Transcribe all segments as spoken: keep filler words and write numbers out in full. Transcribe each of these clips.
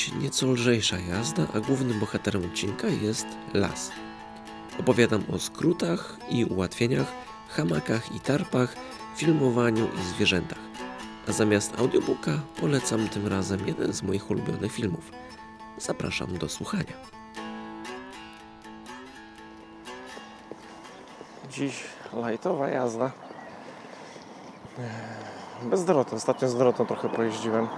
być nieco lżejsza jazda, a głównym bohaterem odcinka jest las. Opowiadam o skrótach i ułatwieniach, hamakach i tarpach, filmowaniu i zwierzętach. A zamiast audiobooka polecam tym razem jeden z moich ulubionych filmów. Zapraszam do słuchania. Dziś lajtowa jazda. Bez Doroty. Ostatnio z Dorotą trochę pojeździłem.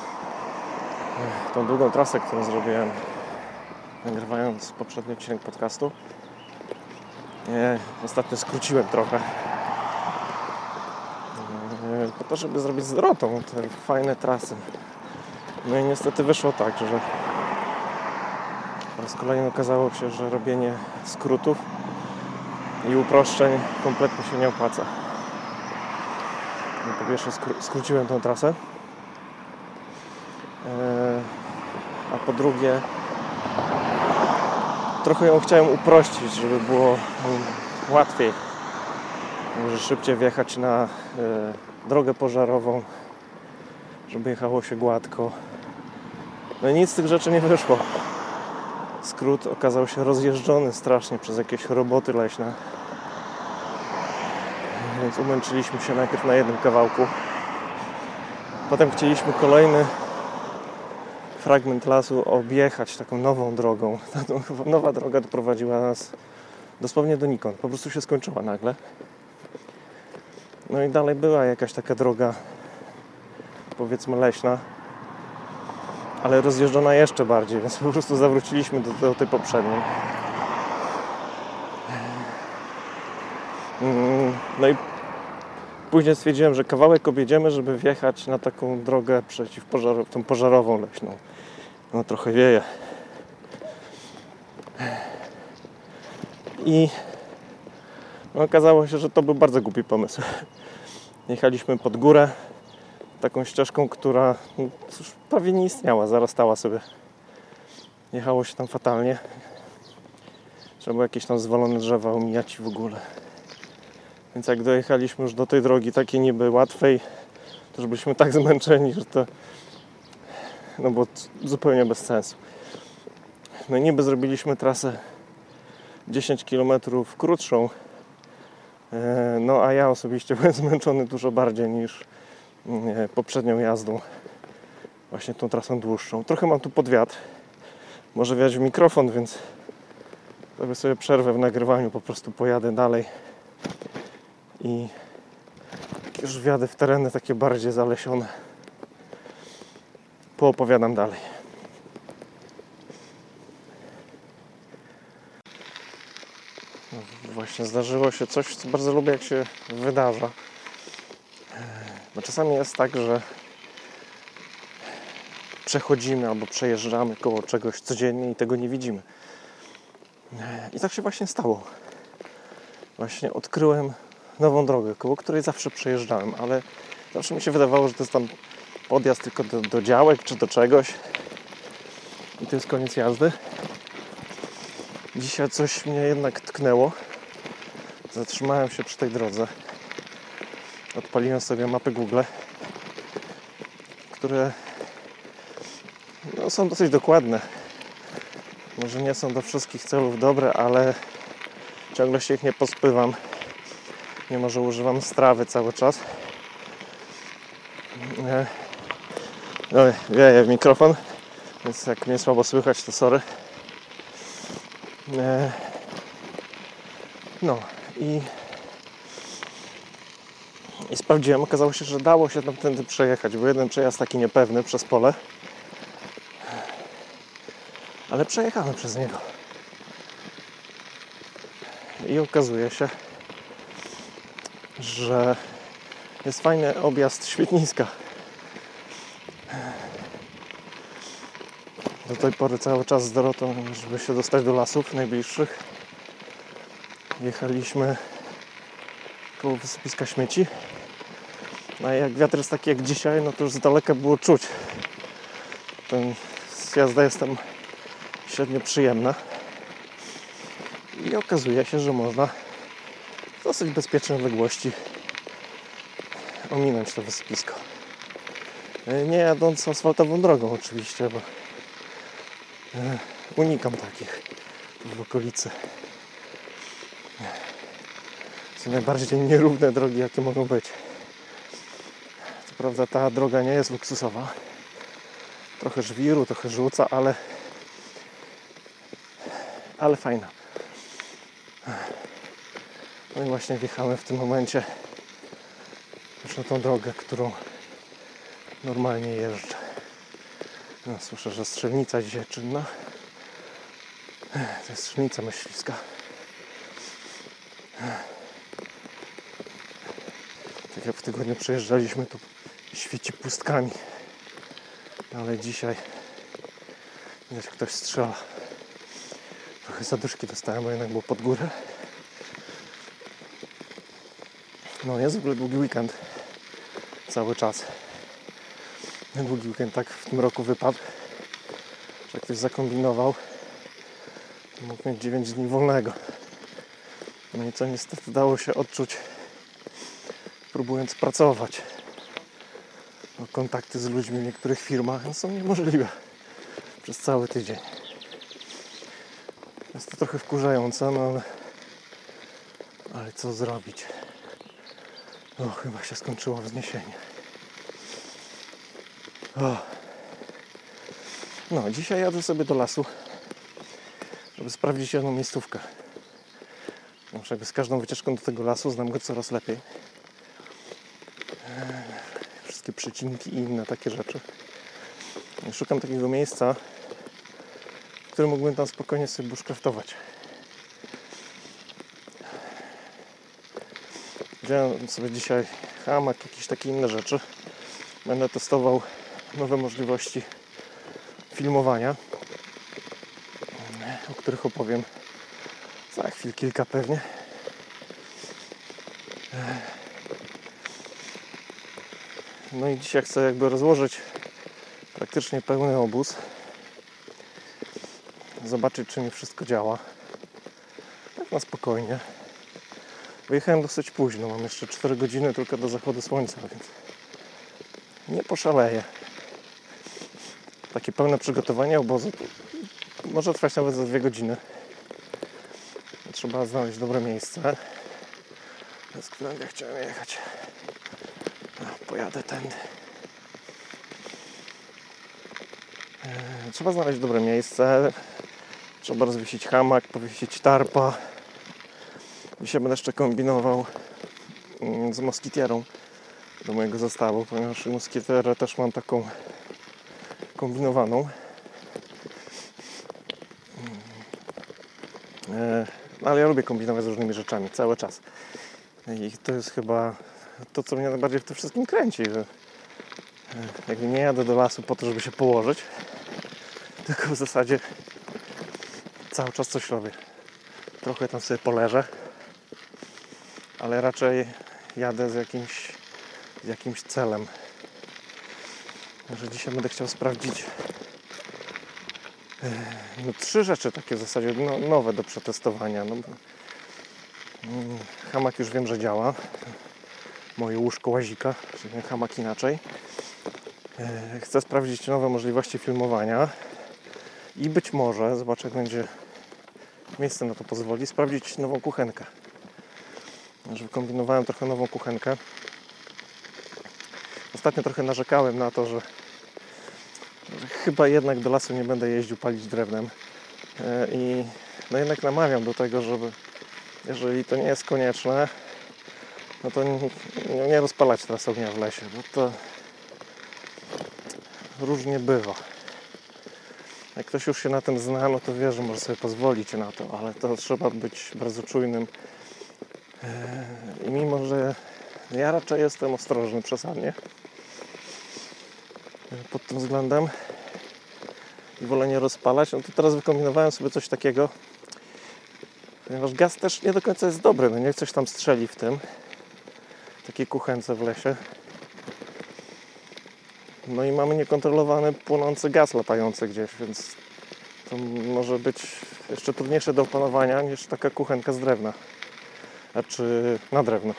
Tą długą trasę, którą zrobiłem, nagrywając poprzedni odcinek podcastu. Ostatnio skróciłem trochę. Po to, żeby zrobić z Dorotą te fajne trasy. No i niestety wyszło tak, że po raz kolejny okazało się, że robienie skrótów i uproszczeń kompletnie się nie opłaca. Po pierwsze skró- skróciłem tą trasę, a po drugie trochę ją chciałem uprościć, żeby było łatwiej, może szybciej wjechać na drogę pożarową, żeby jechało się gładko. No i nic z tych rzeczy nie wyszło. Skrót okazał się rozjeżdżony strasznie przez jakieś roboty leśne. Więc umęczyliśmy się najpierw na jednym kawałku. Potem chcieliśmy kolejny fragment lasu objechać taką nową drogą. Ta nowa droga doprowadziła nas dosłownie donikąd. Po prostu się skończyła nagle. No i dalej była jakaś taka droga, powiedzmy leśna, ale rozjeżdżona jeszcze bardziej, więc po prostu zawróciliśmy do, do tej poprzedniej. No i później stwierdziłem, że kawałek objedziemy, żeby wjechać na taką drogę przeciwpożarową, tą pożarową leśną. No trochę wieje. I no, okazało się, że to był bardzo głupi pomysł. Jechaliśmy pod górę taką ścieżką, która no, cóż, prawie nie istniała, zarastała sobie. Jechało się tam fatalnie. Trzeba było jakieś tam zwalone drzewa omijać w ogóle. Więc jak dojechaliśmy już do tej drogi takiej niby łatwej, to już byliśmy tak zmęczeni, że to no bo zupełnie bez sensu. No i niby zrobiliśmy trasę dziesięć kilometrów krótszą, no a ja osobiście byłem zmęczony dużo bardziej niż poprzednią jazdą, właśnie tą trasą dłuższą. Trochę mam tu podwiatr, może wiać w mikrofon, więc zrobię sobie przerwę w nagrywaniu, po prostu pojadę dalej i jak już wjadę w tereny takie bardziej zalesione, poopowiadam dalej. No, właśnie zdarzyło się coś, co bardzo lubię, jak się wydarza. Bo czasami jest tak, że przechodzimy albo przejeżdżamy koło czegoś codziennie i tego nie widzimy. I tak się właśnie stało. Właśnie odkryłem nową drogę, koło której zawsze przejeżdżałem, ale zawsze mi się wydawało, że to jest tam podjazd tylko do, do działek czy do czegoś i to jest koniec jazdy. Dzisiaj coś mnie jednak tknęło. Zatrzymałem się przy tej drodze. Odpaliłem sobie mapy Google, które no, są dosyć dokładne. Może nie są do wszystkich celów dobre, ale ciągle się ich nie pozbywam. Mimo że używam Strawy cały czas. No, wieje w mikrofon, więc jak mnie słabo słychać, to sorry. No i, i sprawdziłem, okazało się, że dało się tamtędy przejechać. Był jeden przejazd taki niepewny przez pole, ale przejechałem przez niego. I okazuje się, że jest fajny objazd świetniska. Do tej pory cały czas z Dorotą, żeby się dostać do lasów najbliższych, jechaliśmy koło wysypiska śmieci. No a jak wiatr jest taki jak dzisiaj, no to już z daleka było czuć. Ten jazda jest tam średnio przyjemna. I okazuje się, że można w dosyć bezpiecznej odległości ominąć to wysypisko. Nie jadąc asfaltową drogą oczywiście, bo Unikam takich w okolicy. Są najbardziej nierówne drogi, jakie mogą być. Co prawda ta droga nie jest luksusowa. Trochę żwiru, trochę rzuca, ale ale fajna. No i właśnie wjechałem w tym momencie już na tą drogę, którą normalnie jeżdżę. No, słyszę, że strzelnica dzisiaj czynna. To jest strzelnica myśliwska. Tak jak w tygodniu przejeżdżaliśmy, to świeci pustkami. Ale dzisiaj widać, ktoś strzela. Trochę zadyszki dostałem, bo jednak było pod górę. No jest w ogóle długi weekend. Cały czas. Długi weekend tak w tym roku wypadł, że ktoś zakombinował, to mógł mieć dziewięć dni wolnego. No i co niestety dało się odczuć, próbując pracować. No, kontakty z ludźmi w niektórych firmach no, są niemożliwe przez cały tydzień. Jest to trochę wkurzające, no ale, ale co zrobić? O, chyba się skończyło wzniesienie. O. No, dzisiaj jadę sobie do lasu, żeby sprawdzić jedną miejscówkę. Jakby z każdą wycieczką do tego lasu znam go coraz lepiej. Wszystkie przecinki i inne takie rzeczy. Szukam takiego miejsca, w którym mógłbym tam spokojnie sobie bushcraftować. Wziąłem sobie dzisiaj hamak, jakieś takie inne rzeczy. Będę testował nowe możliwości filmowania, o których opowiem za chwil kilka pewnie. No i dzisiaj chcę jakby rozłożyć praktycznie pełny obóz. Zobaczyć, czy mi wszystko działa. Tak na spokojnie. Wyjechałem dosyć późno, mam jeszcze cztery godziny tylko do zachodu słońca, więc nie poszaleję. Takie pełne przygotowanie obozu może trwać nawet za dwie godziny. Trzeba znaleźć dobre miejsce. Z którym ja chciałem jechać. No, pojadę tędy. Trzeba znaleźć dobre miejsce. Trzeba rozwiesić hamak, powiesić tarpa. Dzisiaj będę jeszcze kombinował z moskitierą do mojego zestawu, ponieważ moskitierę też mam taką kombinowaną. No, ale ja lubię kombinować z różnymi rzeczami cały czas. I to jest chyba to, co mnie najbardziej w tym wszystkim kręci, że jakby nie jadę do lasu po to, żeby się położyć, tylko w zasadzie cały czas coś robię. Trochę tam sobie poleżę, ale raczej jadę z jakimś, z jakimś celem. Że dzisiaj będę chciał sprawdzić no, trzy rzeczy takie w zasadzie no, nowe do przetestowania. No, hamak już wiem, że działa. Moje łóżko łazika, czyli hamak inaczej. Chcę sprawdzić nowe możliwości filmowania i być może, zobaczę jak będzie miejsce na to pozwoli, sprawdzić nową kuchenkę. Że wykombinowałem trochę nową kuchenkę. Ostatnio trochę narzekałem na to, że, że chyba jednak do lasu nie będę jeździł palić drewnem. I no jednak namawiam do tego, żeby jeżeli to nie jest konieczne, no to nie, nie rozpalać teraz ognia w lesie, bo to różnie bywa. Jak ktoś już się na tym zna, no to wie, że może sobie pozwolić na to, ale to trzeba być bardzo czujnym. I mimo, że ja raczej jestem ostrożny przesadnie pod tym względem i wolę nie rozpalać, no to teraz wykombinowałem sobie coś takiego, ponieważ gaz też nie do końca jest dobry, no niech coś tam strzeli w tym, takiej kuchence w lesie. No i mamy niekontrolowany płonący gaz latający gdzieś, więc to może być jeszcze trudniejsze do opanowania niż taka kuchenka z drewna, a czy na drewno.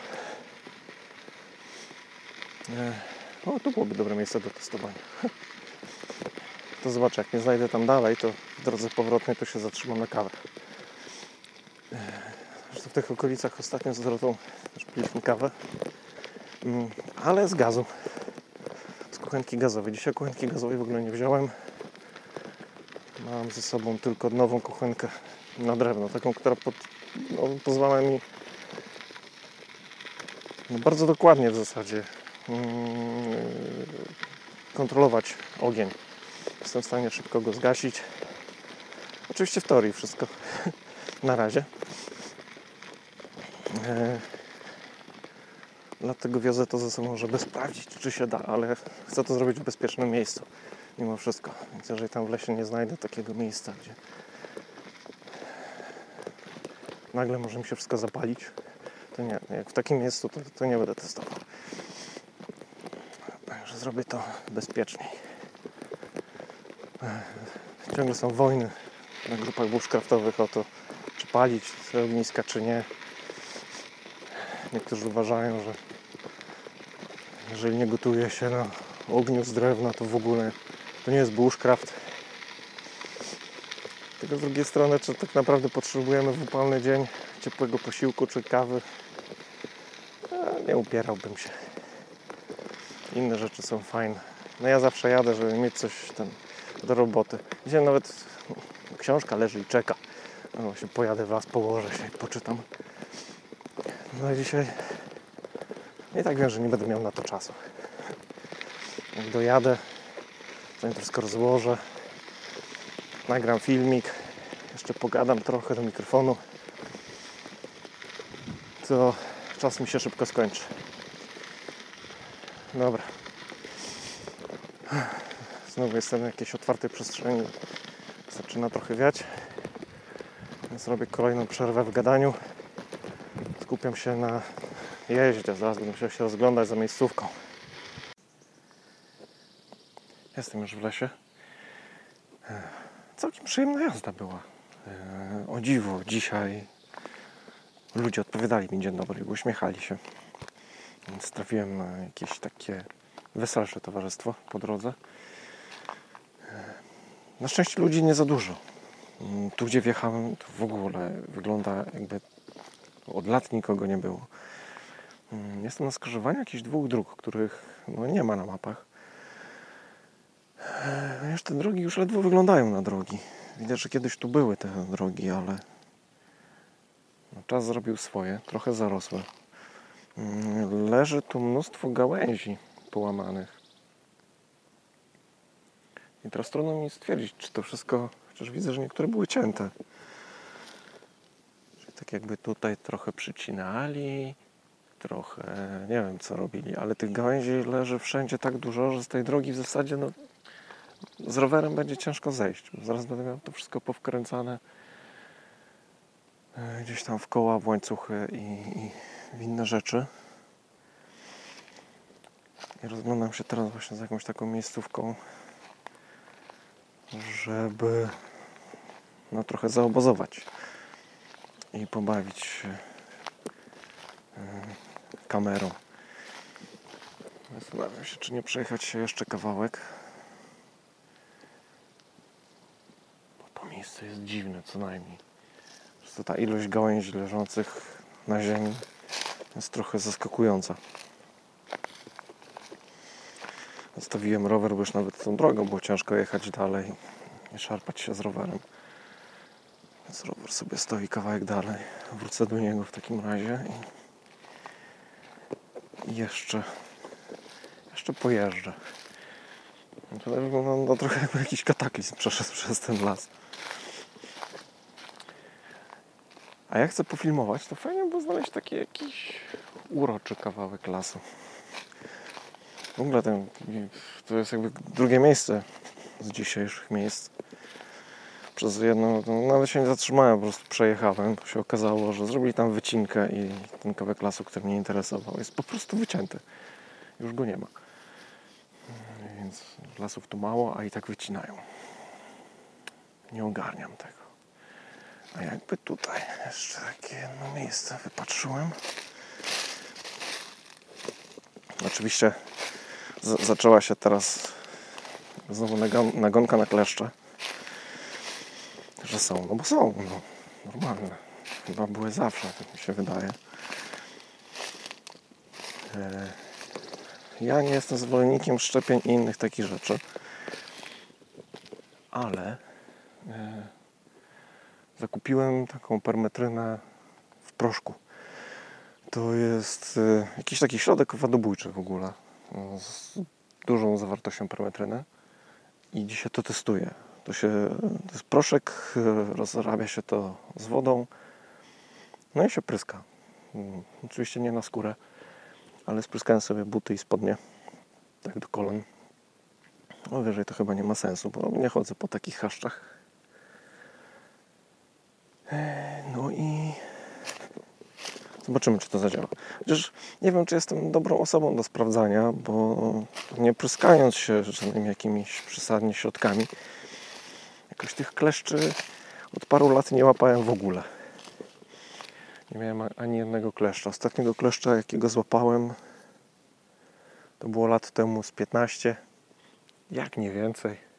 O, to byłoby dobre miejsce do testowania. To zobaczę, jak nie znajdę tam dalej, to w drodze powrotnej to się zatrzymam na kawę. Zresztą w tych okolicach ostatnio z Dorotą też piliśmy kawę, ale z gazu. Z kuchenki gazowej. Dzisiaj kuchenki gazowej w ogóle nie wziąłem. Mam ze sobą tylko nową kuchenkę na drewno, taką, która pod, no, pozwala mi no, bardzo dokładnie w zasadzie yy, kontrolować ogień. Jestem w stanie szybko go zgasić. Oczywiście w teorii wszystko na razie. Yy, dlatego wiozę to ze sobą, żeby sprawdzić, czy się da, ale chcę to zrobić w bezpiecznym miejscu mimo wszystko. Więc jeżeli tam w lesie nie znajdę takiego miejsca, gdzie nagle może mi się wszystko zapalić, to nie, jak w takim miejscu, to, to nie będę testował. Także zrobię to bezpieczniej. Ciągle są wojny na grupach bushcraftowych o to, czy palić te ogniska, czy nie. Niektórzy uważają, że jeżeli nie gotuje się na ogniu z drewna, to w ogóle to nie jest bushcraft. Tylko z drugiej strony, czy tak naprawdę potrzebujemy w upalny dzień ciepłego posiłku czy kawy? A nie upierałbym się. Inne rzeczy są fajne. No ja zawsze jadę, żeby mieć coś tam do roboty. Dzisiaj nawet no, książka leży i czeka. No właśnie pojadę w las, położę się i poczytam. No i dzisiaj i tak wiem, że nie będę miał na to czasu. Jak dojadę, zanim wszystko rozłożę, nagram filmik, jeszcze pogadam trochę do mikrofonu, to czas mi się szybko skończy. Dobra. Znowu jestem w jakiejś otwartej przestrzeni. Zaczyna trochę wiać. Więc robię kolejną przerwę w gadaniu. Skupiam się na jeździe. Zaraz będę musiał się rozglądać za miejscówką. Jestem już w lesie. Całkiem przyjemna jazda była. O dziwo, dzisiaj ludzie odpowiadali mi dzień dobry, uśmiechali się. Więc trafiłem na jakieś takie weselsze towarzystwo po drodze. Na szczęście ludzi nie za dużo. Tu, gdzie wjechałem, to w ogóle wygląda, jakby od lat nikogo nie było. Jestem na skrzyżowaniu jakichś dwóch dróg, których no, nie ma na mapach. Wiesz, te drogi już ledwo wyglądają na drogi. Widać, że kiedyś tu były te drogi, ale no, czas zrobił swoje, trochę zarosłe. Leży tu mnóstwo gałęzi połamanych. I teraz trudno mi stwierdzić, czy to wszystko, chociaż widzę, że niektóre były cięte. Czyli tak jakby tutaj trochę przycinali, trochę, nie wiem co robili, ale tych gałęzi leży wszędzie tak dużo, że z tej drogi w zasadzie no, z rowerem będzie ciężko zejść. Zaraz będę miał to wszystko powkręcane gdzieś tam w koła, w łańcuchy i, i w inne rzeczy. I rozglądam się teraz właśnie za jakąś taką miejscówką, żeby no, trochę zaobozować i pobawić się kamerą. Zastanawiam się, czy nie przejechać się jeszcze kawałek. Bo to miejsce jest dziwne co najmniej. To ta ilość gałęzi leżących na ziemi jest trochę zaskakująca. Zostawiłem rower, bo już nawet tą drogą było ciężko jechać dalej i szarpać się z rowerem. Więc rower sobie stoi kawałek dalej. Wrócę do niego w takim razie i jeszcze, jeszcze pojeżdżę. Tutaj wygląda no, trochę jakby jakiś kataklizm przeszedł przez ten las. A jak chcę pofilmować, to fajnie było znaleźć taki jakiś uroczy kawałek lasu. W ogóle ten, to jest jakby drugie miejsce z dzisiejszych miejsc. Przez jedno, no, nawet się nie zatrzymałem, po prostu przejechałem. To się okazało, że zrobili tam wycinkę i ten kawałek lasu, który mnie interesował, jest po prostu wycięty. Już go nie ma. Więc lasów tu mało, a i tak wycinają. Nie ogarniam tego. A jakby tutaj jeszcze takie jedno miejsce wypatrzyłem. Oczywiście z- zaczęła się teraz Znowu naga- nagonka na kleszcze. Że są, no bo są, no. Normalne. Chyba były zawsze, tak mi się wydaje. Ja nie jestem zwolennikiem szczepień i innych takich rzeczy. Ale e, zakupiłem taką permetrynę w proszku. To jest e, jakiś taki środek owadobójczy w ogóle. No, z dużą zawartością permetryny. I dzisiaj to testuję. To, się, to jest proszek, e, rozrabia się to z wodą. No i się pryska. Hmm, oczywiście nie na skórę, ale spryskałem sobie buty i spodnie. Tak do kolan. No wyżej to chyba nie ma sensu, bo nie chodzę po takich chaszczach. No i zobaczymy, czy to zadziała. Chociaż nie wiem, czy jestem dobrą osobą do sprawdzania, bo nie pryskając się żadnymi jakimiś przesadnie środkami, jakoś tych kleszczy od paru lat nie łapałem w ogóle. Nie miałem ani jednego kleszcza. Ostatniego kleszcza, jakiego złapałem, to było lat temu z piętnaście. Jak nie więcej.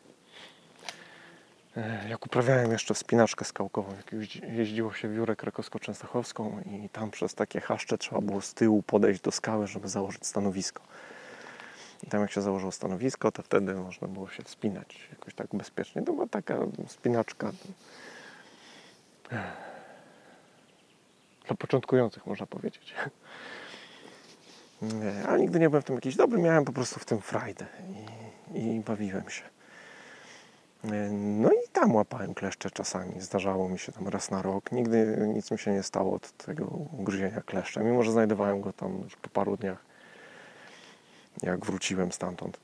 Jak uprawiałem jeszcze wspinaczkę skałkową, jak jeździło się wiórę krakowsko-częstochowską i tam przez takie chaszcze trzeba było z tyłu podejść do skały, żeby założyć stanowisko. I tam jak się założyło stanowisko, to wtedy można było się wspinać jakoś tak bezpiecznie. To była taka wspinaczka dla początkujących, można powiedzieć. Nie, ale nigdy nie byłem w tym jakiś dobry, miałem po prostu w tym frajdę i, i bawiłem się. No i tam łapałem kleszcze czasami. Zdarzało mi się tam raz na rok. Nigdy nic mi się nie stało od tego ugryzienia kleszcza, mimo że znajdowałem go tam już po paru dniach, jak wróciłem stamtąd.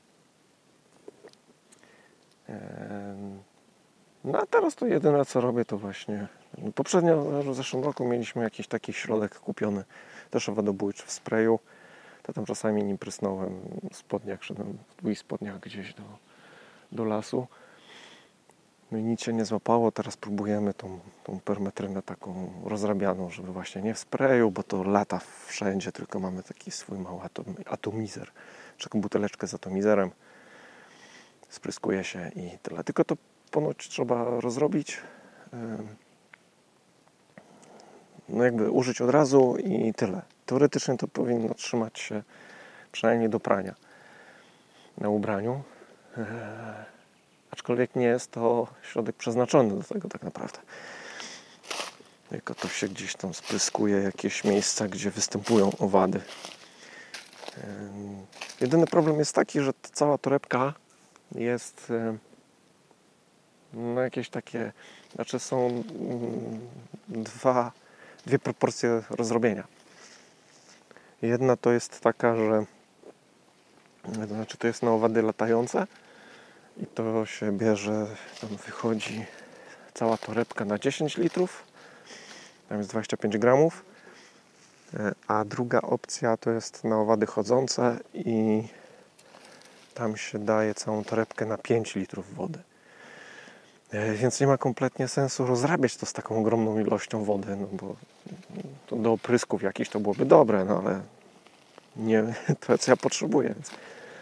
No a teraz to jedyne co robię to właśnie... Poprzednio, w zeszłym roku mieliśmy jakiś taki środek kupiony, też owadobójczy w sprayu. To tam czasami nim prysnąłem w spodniach, szedłem w długich spodniach gdzieś do, do lasu. No i nic się nie złapało, teraz próbujemy tą, tą permetrynę taką rozrabianą, żeby właśnie nie w sprayu, bo to lata wszędzie, tylko mamy taki swój mały atom, atomizer, czy taką buteleczkę z atomizerem, spryskuje się i tyle. Tylko to ponoć trzeba rozrobić, no jakby użyć od razu i tyle. Teoretycznie to powinno trzymać się przynajmniej do prania na ubraniu. Aczkolwiek nie jest to środek przeznaczony do tego tak naprawdę. Tylko to się gdzieś tam spryskuje jakieś miejsca, gdzie występują owady. Jedyny problem jest taki, że ta cała torebka jest no jakieś takie, znaczy są dwa, dwie proporcje rozrobienia. Jedna to jest taka, że to znaczy to jest na owady latające i to się bierze, tam wychodzi cała torebka na dziesięć litrów, tam jest dwadzieścia pięć gramów, a druga opcja to jest na owady chodzące i tam się daje całą torebkę na pięć litrów wody. Więc nie ma kompletnie sensu rozrabiać to z taką ogromną ilością wody, no bo to do oprysków jakichś to byłoby dobre, no ale nie to, co ja potrzebuję, więc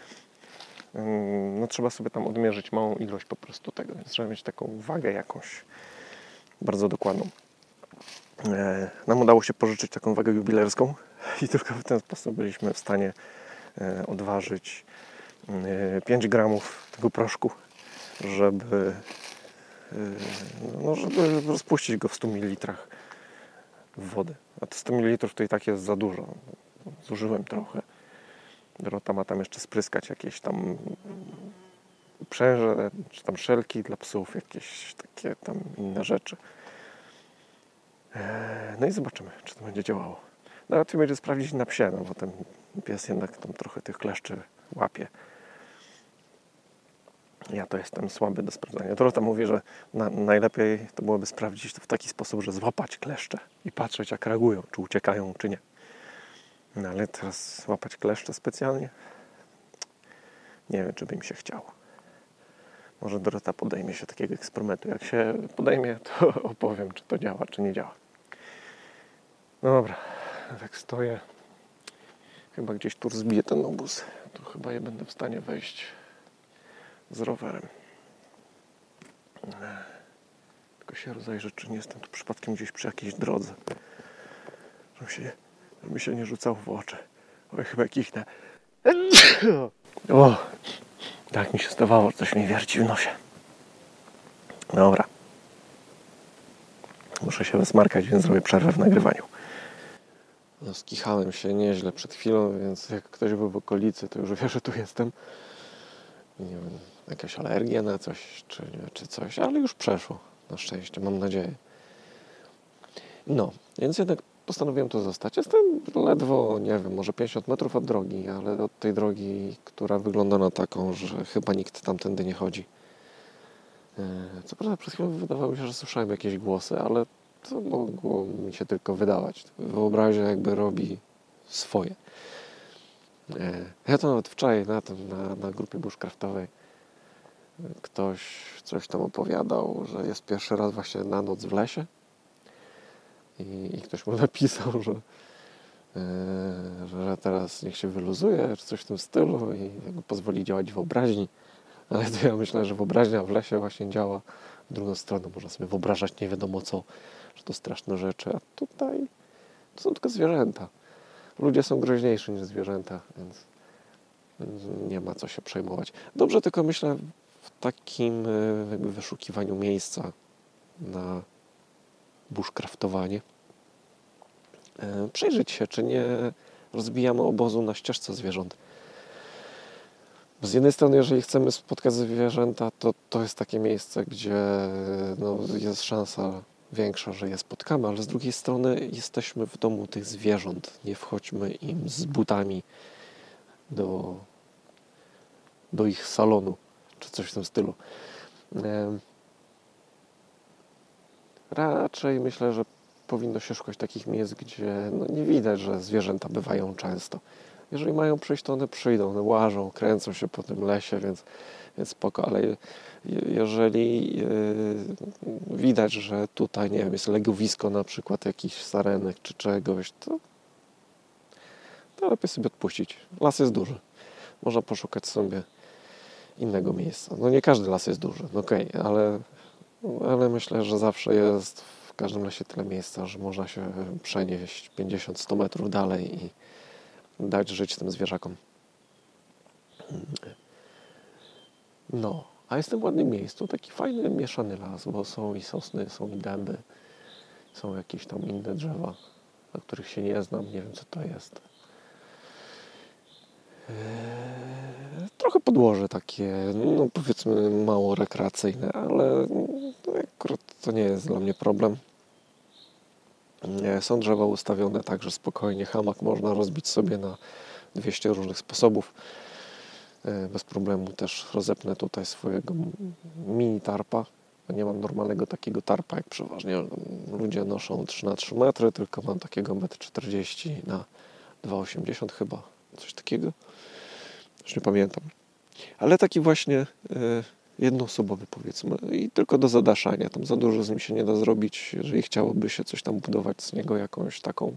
no trzeba sobie tam odmierzyć małą ilość po prostu tego, więc trzeba mieć taką wagę jakąś bardzo dokładną. Nam udało się pożyczyć taką wagę jubilerską i tylko w ten sposób byliśmy w stanie odważyć pięć gramów tego proszku, żeby no, żeby rozpuścić go w stu mililitrach wody. A to sto mililitrów to i tak jest za dużo. Zużyłem trochę. Dorota ma tam jeszcze spryskać jakieś tam uprzęże, czy tam szelki dla psów, jakieś takie tam inne rzeczy. No i zobaczymy, czy to będzie działało. Najłatwiej będzie sprawdzić na psie, no bo ten pies jednak tam trochę tych kleszczy łapie. Ja to jestem słaby do sprawdzania. Dorota mówi, że na, najlepiej to byłoby sprawdzić to w taki sposób, że złapać kleszcze i patrzeć jak reagują, czy uciekają, czy nie. No ale teraz złapać kleszcze specjalnie? Nie wiem, czy by mi się chciało. Może Dorota podejmie się takiego eksperymentu. Jak się podejmie, to opowiem, czy to działa, czy nie działa. No dobra, tak stoję. Chyba gdzieś tu zbiję ten obóz. To chyba je będę w stanie wejść z rowerem. Tylko się rozejrzeć, czy nie jestem tu przypadkiem gdzieś przy jakiejś drodze. Żeby się, żeby się nie rzucał w oczy. Oj, chyba kichnę. O, tak mi się zdawało, że coś mi wierci w nosie. Dobra. Muszę się wysmarkać, więc zrobię przerwę w nagrywaniu. No, skichałem się nieźle przed chwilą, więc jak ktoś był w okolicy, to już wie, że tu jestem. Nie wiem, jakaś alergia na coś, czy, czy coś, ale już przeszło. Na szczęście, mam nadzieję. No, więc jednak postanowiłem tu zostać. Jestem ledwo, nie wiem, może pięćdziesiąt metrów od drogi, ale od tej drogi, która wygląda na taką, że chyba nikt tamtędy nie chodzi. Co prawda przez chwilę wydawało mi się, że słyszałem jakieś głosy, ale to mogło mi się tylko wydawać. Wyobraźnia jakby robi swoje. Ja to nawet wczoraj na tym, na, na grupie bushcraftowej ktoś coś tam opowiadał, że jest pierwszy raz właśnie na noc w lesie i, i ktoś mu napisał, że, yy, że teraz niech się wyluzuje, czy coś w tym stylu i jakby pozwoli działać wyobraźni. Ale to ja myślę, że wyobraźnia w lesie właśnie działa w drugą stronę. Można sobie wyobrażać nie wiadomo co, że to straszne rzeczy, a tutaj to są tylko zwierzęta. Ludzie są groźniejsi niż zwierzęta, więc, więc nie ma co się przejmować. Dobrze, tylko myślę w takim jakby wyszukiwaniu miejsca na bushcraftowanie przyjrzeć się, czy nie rozbijamy obozu na ścieżce zwierząt. Z jednej strony, jeżeli chcemy spotkać zwierzęta, to to jest takie miejsce, gdzie no, jest szansa większa, że je spotkamy, ale z drugiej strony jesteśmy w domu tych zwierząt. Nie wchodźmy im z butami do, do ich salonu, czy coś w tym stylu. Raczej myślę, że powinno się szukać takich miejsc, gdzie no, nie widać, że zwierzęta bywają często. Jeżeli mają przyjść, to one przyjdą, one łażą, kręcą się po tym lesie, więc, więc spoko, ale je, jeżeli yy, widać, że tutaj, nie wiem, jest legowisko na przykład jakichś sarenek czy czegoś, to, to lepiej sobie odpuścić. Las jest duży. Można poszukać sobie innego miejsca. No nie każdy las jest duży, no okej, okay, ale, ale myślę, że zawsze jest w każdym lesie tyle miejsca, że można się przenieść pięćdziesiąt sto metrów dalej i dać żyć tym zwierzakom. No, a jest w tym ładnym miejscu, taki fajny, mieszany las, bo są i sosny, są i dęby, są jakieś tam inne drzewa, na których się nie znam, nie wiem co to jest. Eee, trochę podłoże takie, no powiedzmy mało rekreacyjne, ale no, akurat to nie jest dla mnie problem. Są drzewa ustawione tak, że spokojnie hamak można rozbić sobie na dwieście różnych sposobów. Bez problemu też rozepnę tutaj swojego mini tarpa. Nie mam normalnego takiego tarpa, jak przeważnie ludzie noszą trzy na trzy metry, tylko mam takiego metr czterdzieści na dwa osiemdziesiąt chyba, coś takiego. Już nie pamiętam. Ale taki właśnie jednoosobowy powiedzmy i tylko do zadaszania. Tam za dużo z nim się nie da zrobić, jeżeli chciałoby się coś tam budować z niego, jakąś taką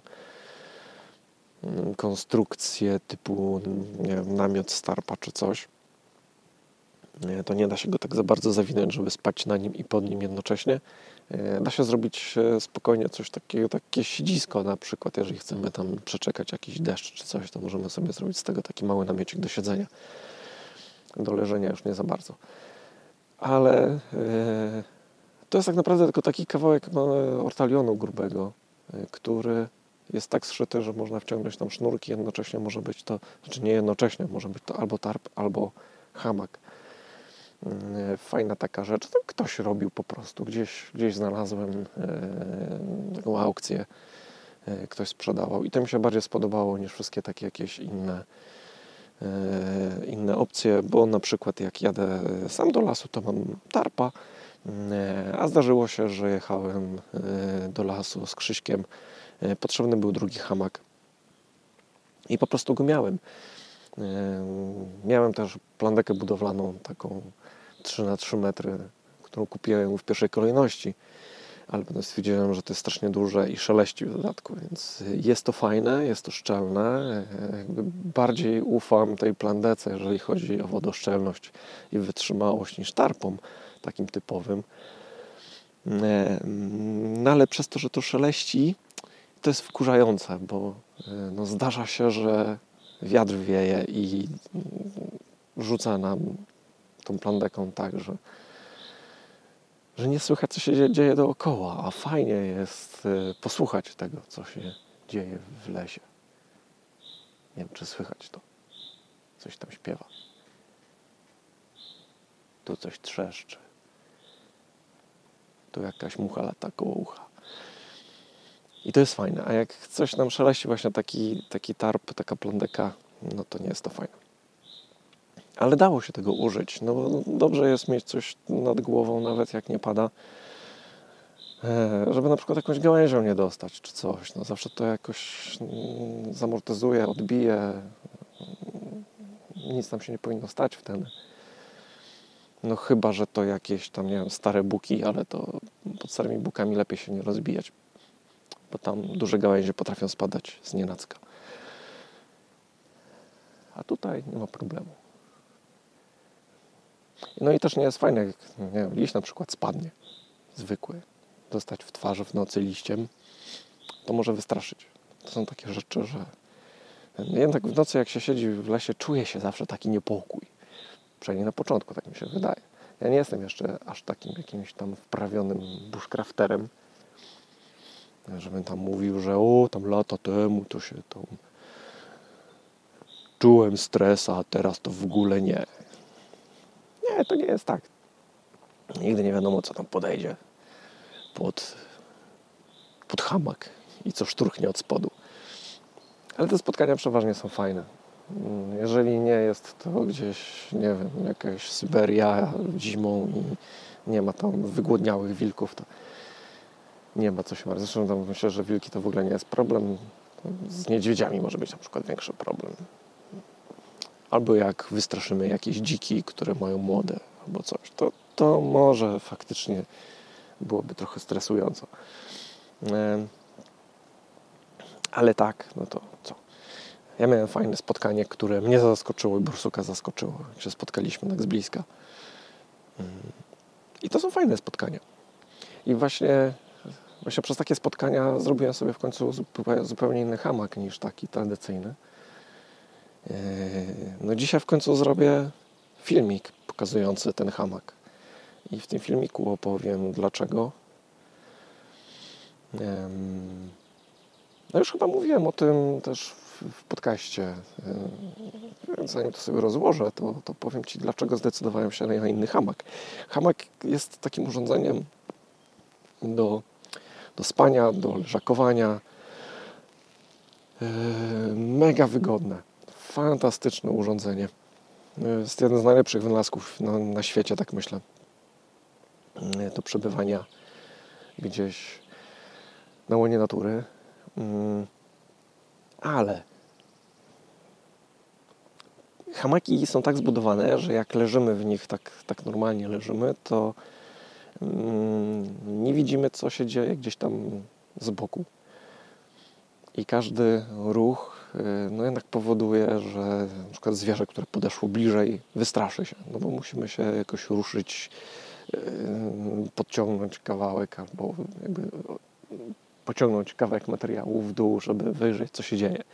konstrukcję typu nie wiem, namiot starpa czy coś. To nie da się go tak za bardzo zawinąć, żeby spać na nim i pod nim jednocześnie. Da się zrobić spokojnie coś takiego, takie siedzisko na przykład, jeżeli chcemy tam przeczekać jakiś deszcz czy coś, to możemy sobie zrobić z tego taki mały namiocik do siedzenia. Do leżenia już nie za bardzo. Ale yy, to jest tak naprawdę tylko taki kawałek ortalionu grubego, yy, który jest tak zszyty, że można wciągnąć tam sznurki, jednocześnie może być to, znaczy nie jednocześnie, może być to albo tarp, albo hamak. Yy, fajna taka rzecz, to ktoś robił po prostu, gdzieś, gdzieś znalazłem yy, taką aukcję, yy, ktoś sprzedawał i to mi się bardziej spodobało niż wszystkie takie jakieś inne inne opcje, bo na przykład jak jadę sam do lasu, to mam tarpa, a zdarzyło się, że jechałem do lasu z Krzyśkiem, potrzebny był drugi hamak i po prostu go miałem. Miałem też plandekę budowlaną, taką trzy na trzy metry, którą kupiłem w pierwszej kolejności ale potem stwierdziłem, że to jest strasznie duże i szeleści w dodatku, więc jest to fajne, jest to szczelne. Jakby bardziej ufam tej plandece, jeżeli chodzi o wodoszczelność i wytrzymałość, niż tarpom takim typowym. No ale przez to, że to szeleści, to jest wkurzające, bo no, zdarza się, że wiatr wieje i rzuca nam tą plandeką tak, że, że nie słychać, co się dzieje dookoła, a fajnie jest posłuchać tego, co się dzieje w lesie. Nie wiem, czy słychać to. Coś tam śpiewa. Tu coś trzeszczy. Tu jakaś mucha lata koło ucha. I to jest fajne. A jak coś nam szeleści, właśnie taki, taki tarp, taka plandeka, no to nie jest to fajne. Ale dało się tego użyć. No bo dobrze jest mieć coś nad głową, nawet jak nie pada, żeby na przykład jakąś gałęzią nie dostać, czy coś. No zawsze to jakoś zamortyzuje, odbije. Nic nam się nie powinno stać wtedy. No chyba, że to jakieś tam, nie wiem, stare buki, ale to pod starymi bukami lepiej się nie rozbijać, bo tam duże gałęzie potrafią spadać znienacka. A tutaj nie ma problemu. No i też nie jest fajne, jak nie wiem, liść na przykład spadnie, zwykły, dostać w twarz w nocy liściem, to może wystraszyć. To są takie rzeczy, że jednak w nocy jak się siedzi w lesie, czuje się zawsze taki niepokój. Przynajmniej na początku, tak mi się wydaje. Ja nie jestem jeszcze aż takim jakimś tam wprawionym bushcrafterem, żebym tam mówił, że o, tam lata temu to się tam czułem stresa, a teraz to w ogóle nie. Nie, to nie jest tak. Nigdy nie wiadomo, co tam podejdzie pod, pod hamak i co szturchnie od spodu. Ale te spotkania przeważnie są fajne. Jeżeli nie jest to gdzieś, nie wiem, jakaś Syberia zimą i nie ma tam wygłodniałych wilków, to nie ma co się martwić. Zresztą tam myślę, że wilki to w ogóle nie jest problem. Z niedźwiedziami może być na przykład większy problem. Albo jak wystraszymy jakieś dziki, które mają młode, albo coś, to, to może faktycznie byłoby trochę stresująco. Ale tak, no to co? Ja miałem fajne spotkanie, które mnie zaskoczyło i Borsuka zaskoczyło, jak się spotkaliśmy tak z bliska. I to są fajne spotkania. I właśnie, właśnie przez takie spotkania zrobiłem sobie w końcu zupełnie inny hamak niż taki tradycyjny. No dzisiaj w końcu zrobię filmik pokazujący ten hamak. I w tym filmiku opowiem dlaczego. No już chyba mówiłem o tym też w podcaście. Więc zanim to sobie rozłożę, to, to powiem Ci, dlaczego zdecydowałem się na inny hamak. Hamak jest takim urządzeniem do, do spania, do leżakowania. Mega wygodne. Fantastyczne urządzenie. Jest jeden z najlepszych wynalazków na, na świecie, tak myślę. Do przebywania gdzieś na łonie natury. Ale hamaki są tak zbudowane, że jak leżymy w nich, tak, tak normalnie leżymy, to nie widzimy, co się dzieje gdzieś tam z boku. I każdy ruch no jednak powoduje, że na przykład zwierzę, które podeszło bliżej, wystraszy się. No bo musimy się jakoś ruszyć, podciągnąć kawałek albo jakby pociągnąć kawałek materiału w dół, żeby wyjrzeć, co się dzieje.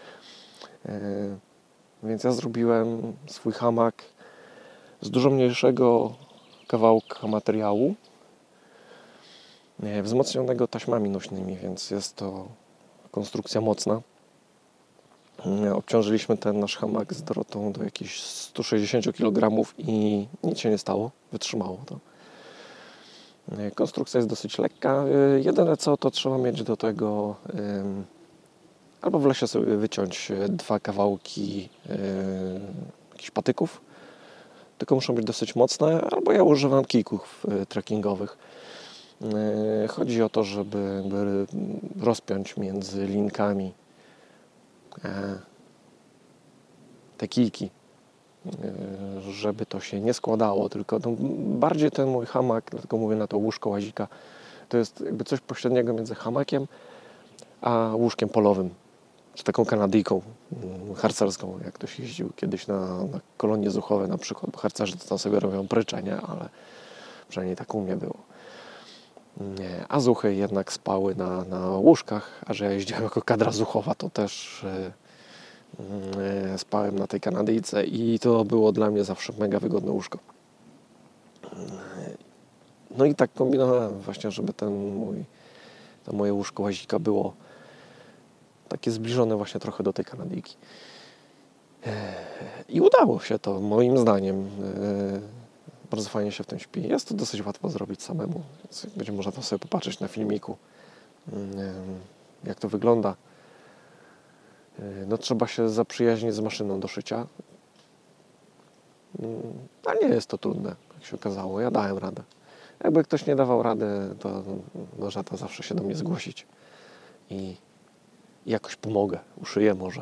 Więc ja zrobiłem swój hamak z dużo mniejszego kawałka materiału, wzmocnionego taśmami nośnymi, więc jest to konstrukcja mocna. Obciążyliśmy ten nasz hamak z Dorotą do jakichś sto sześćdziesiąt kilogramów i nic się nie stało, wytrzymało to. Konstrukcja jest dosyć lekka. Jedyne co, to trzeba mieć do tego albo w lesie sobie wyciąć dwa kawałki jakichś patyków, tylko muszą być dosyć mocne, albo ja używam kijków trekkingowych. Chodzi o to, żeby, żeby rozpiąć między linkami te kijki, żeby to się nie składało, tylko no, bardziej ten mój hamak, dlatego mówię na to łóżko łazika, To jest jakby coś pośredniego między hamakiem a łóżkiem polowym, czy taką Kanadyjką harcerską, jak ktoś jeździł kiedyś na, na kolonie zuchowe na przykład, bo harcerze to tam sobie robią prycze, nie? Ale przynajmniej tak u mnie było. Nie. A zuchy jednak spały na, na łóżkach, a że ja jeździłem jako kadra zuchowa, to też yy, yy, spałem na tej Kanadyjce i to było dla mnie zawsze mega wygodne łóżko. No i tak kombinowałem właśnie, żeby ten mój, to moje łóżko łazika było takie zbliżone właśnie trochę do tej Kanadyjki. I udało się to, moim zdaniem. Bardzo fajnie się w tym śpi. Jest to dosyć łatwo zrobić samemu, więc będzie można to sobie popatrzeć na filmiku, jak to wygląda. No trzeba się zaprzyjaźnić z maszyną do szycia. A nie jest to trudne, jak się okazało. Ja dałem radę. Jakby ktoś nie dawał rady, to można to zawsze się do mnie zgłosić. I jakoś pomogę, uszyję może.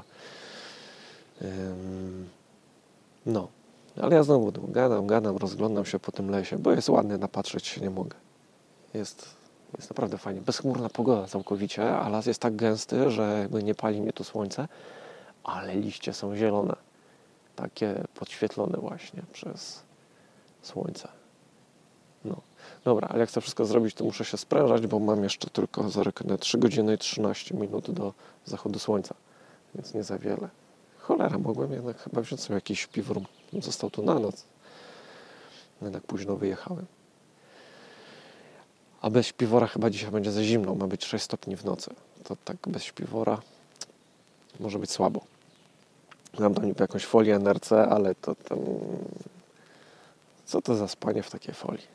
No, ale ja znowu gadam, gadam, rozglądam się po tym lesie, bo jest ładny, napatrzeć się nie mogę. Jest, jest naprawdę fajnie. Bezchmurna pogoda całkowicie, a las jest tak gęsty, że jakby nie pali mnie tu słońce, ale liście są zielone. Takie podświetlone właśnie przez słońce. No. Dobra, ale jak chcę wszystko zrobić, to muszę się sprężać, bo mam jeszcze tylko zerknę trzy godziny i trzynaście minut do zachodu słońca, więc nie za wiele. Cholera, mogłem jednak chyba wziąć sobie jakiś śpiwór. Został tu na noc. Jednak późno wyjechałem. A bez śpiwora chyba dzisiaj będzie za zimno. Ma być sześć stopni w nocy. To tak bez śpiwora może być słabo. Mam tam niby jakąś folię N R C, ale to tam... Co to za spanie w takiej folii?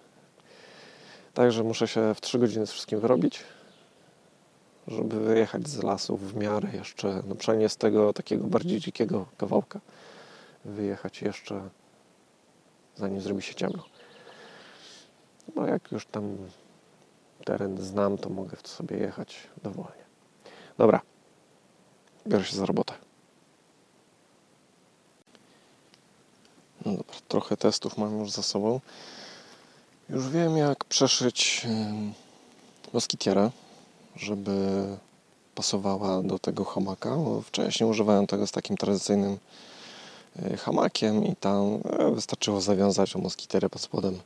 Także muszę się w trzy godziny z wszystkim wyrobić, żeby wyjechać z lasu w miarę jeszcze, no przynajmniej z tego takiego bardziej dzikiego kawałka, wyjechać jeszcze zanim zrobi się ciemno. Bo jak już tam teren znam, to mogę w to sobie jechać dowolnie. Dobra, biorę się za robotę. No dobra, trochę testów mam już za sobą. Już wiem, jak przeszyć moskitierę, żeby pasowała do tego hamaka. Bo wcześniej używałem tego z takim tradycyjnym hamakiem i tam wystarczyło zawiązać o moskitierę pod spodem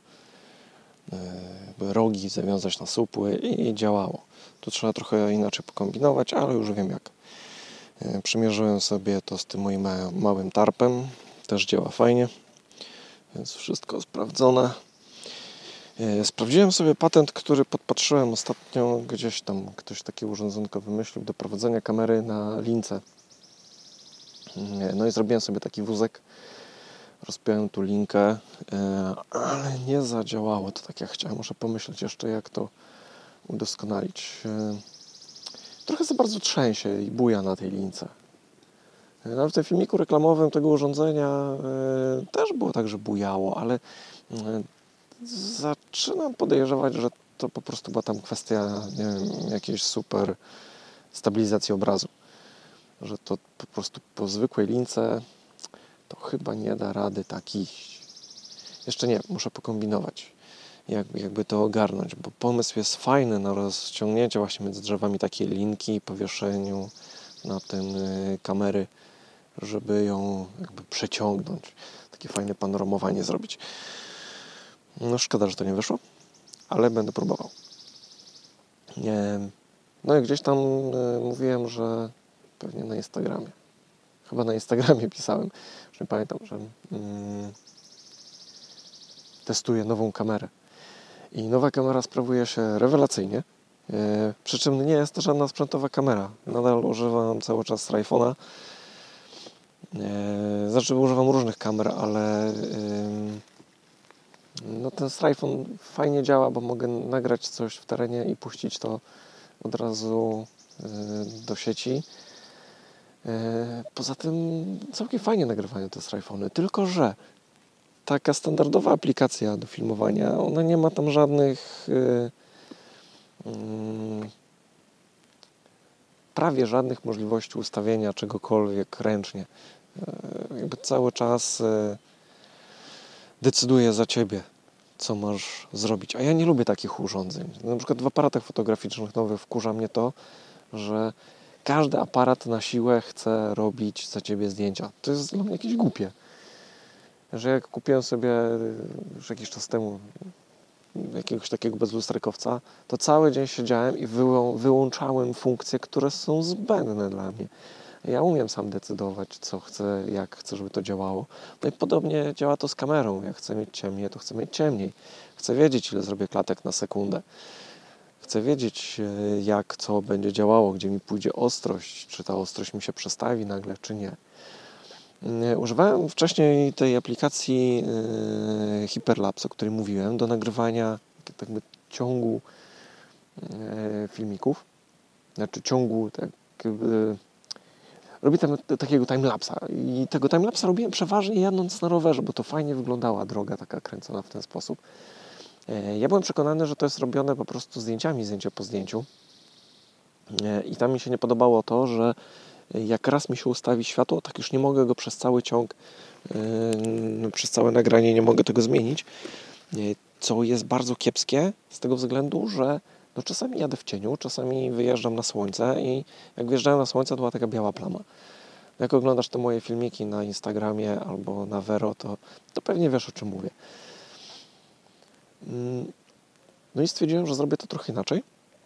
rogi, zawiązać na supły i działało. Tu trzeba trochę inaczej pokombinować, ale już wiem jak. Przymierzyłem sobie to z tym moim małym tarpem. Też działa fajnie, więc wszystko sprawdzone. Sprawdziłem sobie patent, który podpatrzyłem ostatnio, gdzieś tam ktoś takie urządzonko wymyślił do prowadzenia kamery na lince. No i zrobiłem sobie taki wózek, rozpiąłem tu linkę, ale nie zadziałało to tak jak chciałem. Muszę pomyśleć jeszcze, jak to udoskonalić. Trochę za bardzo trzęsie i buja na tej lince. Nawet w tym filmiku reklamowym tego urządzenia też było tak, że bujało, ale zaczynam podejrzewać, że to po prostu była tam kwestia, nie wiem, jakiejś super stabilizacji obrazu. Że to po prostu po zwykłej lince to chyba nie da rady tak iść. Jeszcze nie, muszę pokombinować, jakby, jakby to ogarnąć, bo pomysł jest fajny na rozciągnięcie właśnie między drzewami takiej linki, powieszeniu na tym y, kamery, żeby ją jakby przeciągnąć. Takie fajne panoramowanie zrobić. No szkoda, że to nie wyszło, ale będę próbował. Nie. No i gdzieś tam y, mówiłem, że pewnie na Instagramie. Chyba na Instagramie pisałem, że nie pamiętam, że mm, testuję nową kamerę. I nowa kamera sprawuje się rewelacyjnie. Yy, przy czym nie jest to żadna sprzętowa kamera. Nadal używam cały czas iPhone'a. Yy, znaczy używam różnych kamer, ale yy, no ten iPhone fajnie działa, bo mogę nagrać coś w terenie i puścić to od razu yy, do sieci. Poza tym całkiem fajnie nagrywają te iPhony, tylko że taka standardowa aplikacja do filmowania, ona nie ma tam żadnych yy, yy, prawie żadnych możliwości ustawienia czegokolwiek ręcznie. Yy, jakby cały czas yy, decyduje za Ciebie, co masz zrobić. A ja nie lubię takich urządzeń. Na przykład w aparatach fotograficznych nowych wkurza mnie to, że każdy aparat na siłę chce robić za ciebie zdjęcia. To jest dla mnie jakieś głupie. Że jak kupiłem sobie już jakiś czas temu jakiegoś takiego bezlusterkowca, to cały dzień siedziałem i wyłą- wyłączałem funkcje, które są zbędne dla mnie. Ja umiem sam decydować, co chcę, jak chcę, żeby to działało. No i podobnie działa to z kamerą. Jak chcę mieć ciemniej, to chcę mieć ciemniej. Chcę wiedzieć, ile zrobię klatek na sekundę. Chcę wiedzieć, jak co będzie działało, gdzie mi pójdzie ostrość, czy ta ostrość mi się przestawi nagle, czy nie. Używałem wcześniej tej aplikacji yy, Hyperlapse, o której mówiłem, do nagrywania tak jakby ciągu yy, filmików. Znaczy ciągu, tak jakby, robię tam takiego timelapsa i tego timelapsa robiłem przeważnie jadąc na rowerze, bo to fajnie wyglądała droga taka kręcona w ten sposób. Yy, ja byłem przekonany, że to jest robione po prostu zdjęciami, zdjęcie po zdjęciu. Yy, I tam mi się nie podobało to, że jak raz mi się ustawi światło, tak już nie mogę go przez cały ciąg, yy, przez całe nagranie nie mogę tego zmienić, yy, co jest bardzo kiepskie z tego względu, że no czasami jadę w cieniu, czasami wyjeżdżam na słońce i jak wyjeżdżałem na słońce, to była taka biała plama. Jak oglądasz te moje filmiki na Instagramie albo na Vero, to, to pewnie wiesz, o czym mówię. Yy, no i stwierdziłem, że zrobię to trochę inaczej.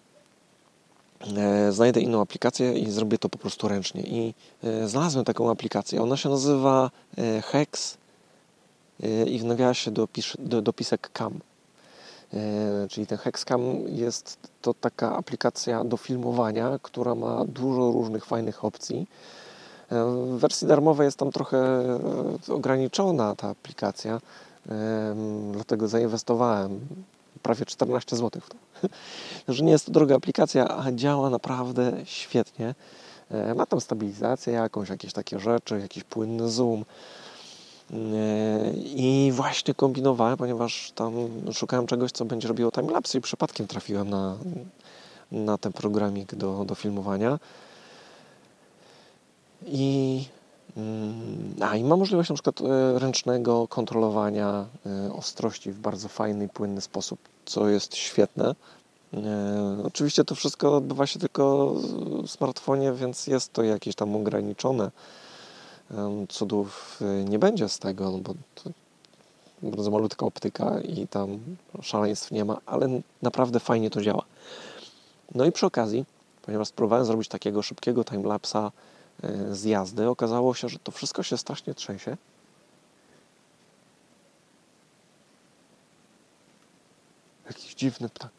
Znajdę inną aplikację i zrobię to po prostu ręcznie. I znalazłem taką aplikację. Ona się nazywa Hex i w nawiasie dopisz, do, dopisek Cam. Czyli ten Hexcam jest to taka aplikacja do filmowania, która ma dużo różnych fajnych opcji. W wersji darmowej jest tam trochę ograniczona ta aplikacja, dlatego zainwestowałem prawie czternaście złotych w to. Że nie jest to droga aplikacja, a działa naprawdę świetnie. Ma tam stabilizację jakąś, jakieś takie rzeczy, jakiś płynny zoom. I właśnie kombinowałem, ponieważ tam szukałem czegoś, co będzie robiło timelapse i przypadkiem trafiłem na, na ten programik do, do filmowania. I, a, I ma możliwość na przykład ręcznego kontrolowania ostrości w bardzo fajny i płynny sposób, co jest świetne. E, oczywiście to wszystko odbywa się tylko w smartfonie, więc jest to jakieś tam ograniczone. E, cudów nie będzie z tego, no bo to bardzo malutka optyka i tam szaleństw nie ma, ale naprawdę fajnie to działa. No i przy okazji, ponieważ spróbowałem zrobić takiego szybkiego timelapsa e, z jazdy, okazało się, że to wszystko się strasznie trzęsie. Jakiś dziwny ptak.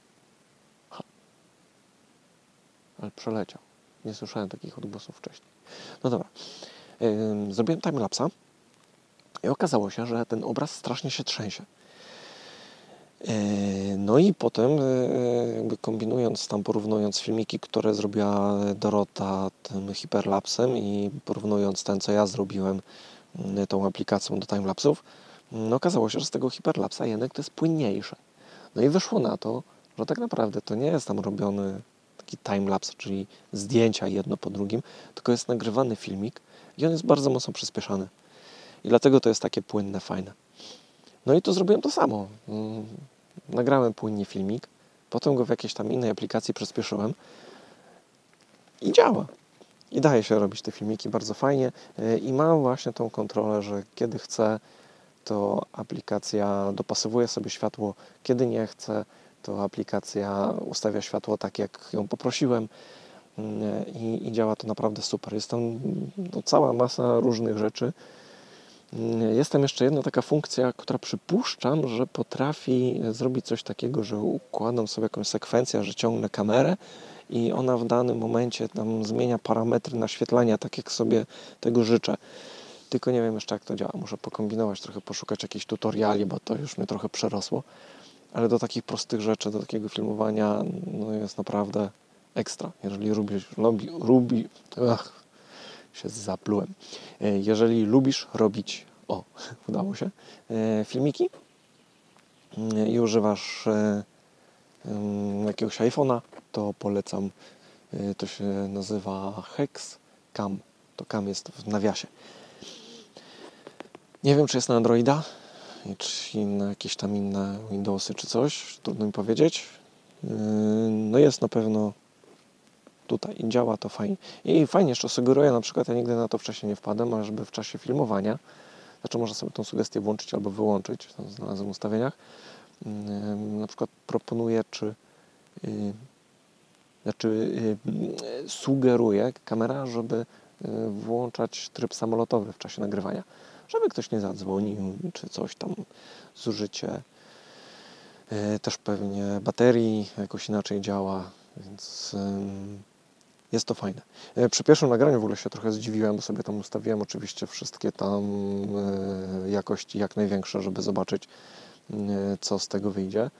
Ale przeleciał. Nie słyszałem takich odgłosów wcześniej. No dobra. Yy, zrobiłem timelapsa i okazało się, że ten obraz strasznie się trzęsie. Yy, no i potem yy, jakby kombinując tam, porównując filmiki, które zrobiła Dorota tym hiperlapsem i porównując ten, co ja zrobiłem yy, tą aplikacją do timelapsów, no okazało się, że z tego hiperlapsa jednak to jest płynniejsze. No i wyszło na to, że tak naprawdę to nie jest tam robiony taki timelapse, czyli zdjęcia jedno po drugim, tylko jest nagrywany filmik i on jest bardzo mocno przyspieszany. I dlatego to jest takie płynne, fajne. No i tu zrobiłem to samo. Nagrałem płynnie filmik, potem go w jakiejś tam innej aplikacji przyspieszyłem i działa. I daje się robić te filmiki bardzo fajnie i mam właśnie tą kontrolę, że kiedy chcę, to aplikacja dopasowuje sobie światło, kiedy nie chcę, to aplikacja ustawia światło tak, jak ją poprosiłem i, i działa to naprawdę super. Jest tam no, cała masa różnych rzeczy. Jest tam jeszcze jedna taka funkcja, która przypuszczam, że potrafi zrobić coś takiego, że układam sobie jakąś sekwencję, że ciągnę kamerę i ona w danym momencie tam zmienia parametry naświetlania, tak jak sobie tego życzę. Tylko nie wiem jeszcze, jak to działa. Muszę pokombinować, trochę poszukać jakichś tutoriali, bo to już mnie trochę przerosło. Ale do takich prostych rzeczy, do takiego filmowania no jest naprawdę ekstra. Jeżeli lubisz, lubi, lubi, ach, się zaplułem. Jeżeli lubisz robić, o, udało się, filmiki i używasz jakiegoś iPhone'a, to polecam. To się nazywa Hexcam. To Cam jest w nawiasie. Nie wiem, czy jest na Androida. czy inne, jakieś tam inne Windowsy czy coś, trudno mi powiedzieć. No jest na pewno tutaj i działa to fajnie. I fajnie jeszcze sugeruję, na przykład ja nigdy na to wcześniej nie wpadłem, ale żeby w czasie filmowania, znaczy można sobie tą sugestię włączyć albo wyłączyć, tam znalazłem w ustawieniach, na przykład proponuję, czy yy, znaczy yy, sugeruję kamera, żeby yy, włączać tryb samolotowy w czasie nagrywania, żeby ktoś nie zadzwonił, czy coś tam, zużycie yy, też pewnie baterii jakoś inaczej działa, więc yy, jest to fajne. Yy, przy pierwszym nagraniu w ogóle się trochę zdziwiłem, bo sobie tam ustawiłem oczywiście wszystkie tam yy, jakości jak największe, żeby zobaczyć, yy, co z tego wyjdzie.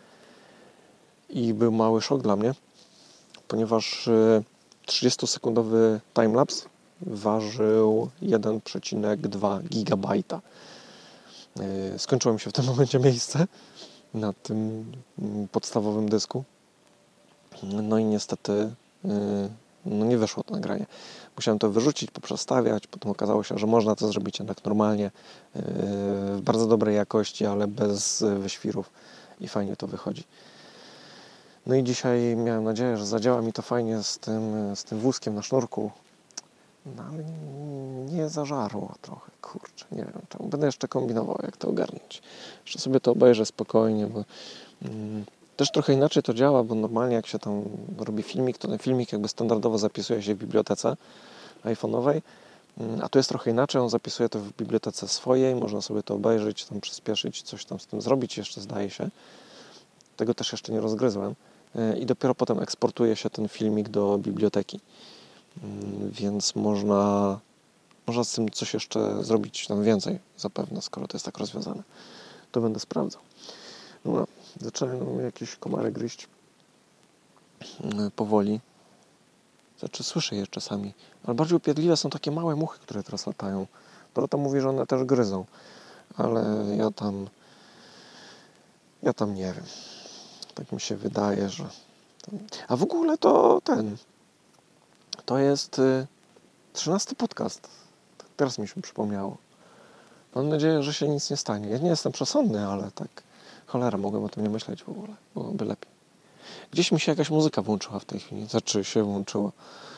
I był mały szok dla mnie, ponieważ yy, trzydziestosekundowy timelapse ważył jeden przecinek dwa gigabajta. Yy, skończyło mi się w tym momencie miejsce na tym yy, podstawowym dysku. No i niestety yy, no nie wyszło to nagranie. Musiałem to wyrzucić, poprzestawiać, potem okazało się, że można to zrobić jednak normalnie, yy, w bardzo dobrej jakości, ale bez wyświrów i fajnie to wychodzi. No i dzisiaj miałem nadzieję, że zadziała mi to fajnie z tym, z tym wózkiem na sznurku, no ale nie zażarło trochę, kurczę, nie wiem czemu. Będę jeszcze kombinował, jak to ogarnąć. Jeszcze sobie to obejrzę spokojnie, bo mm, też trochę inaczej to działa, bo normalnie jak się tam robi filmik, to ten filmik jakby standardowo zapisuje się w bibliotece iPhone'owej, a tu jest trochę inaczej, on zapisuje to w bibliotece swojej, można sobie to obejrzeć, tam przyspieszyć, coś tam z tym zrobić jeszcze, zdaje się. Tego też jeszcze nie rozgryzłem. I dopiero potem eksportuje się ten filmik do biblioteki. Więc można, można z tym coś jeszcze zrobić tam więcej zapewne, skoro to jest tak rozwiązane. To będę sprawdzał. Dobra, zaczynają jakieś komary gryźć powoli. Znaczy słyszę je czasami. Ale bardziej upierdliwe są takie małe muchy, które teraz latają. Dorota mówi, że one też gryzą. Ale ja tam ja tam nie wiem. Tak mi się wydaje, że... A w ogóle to ten... To jest y, trzynasty podcast. Teraz mi się przypomniało. Mam nadzieję, że się nic nie stanie. Ja nie jestem przesądny, ale tak... Cholera, mogłem o tym nie myśleć w ogóle. Byłoby lepiej. Gdzieś mi się jakaś muzyka włączyła w tej chwili. Znaczy się włączyła.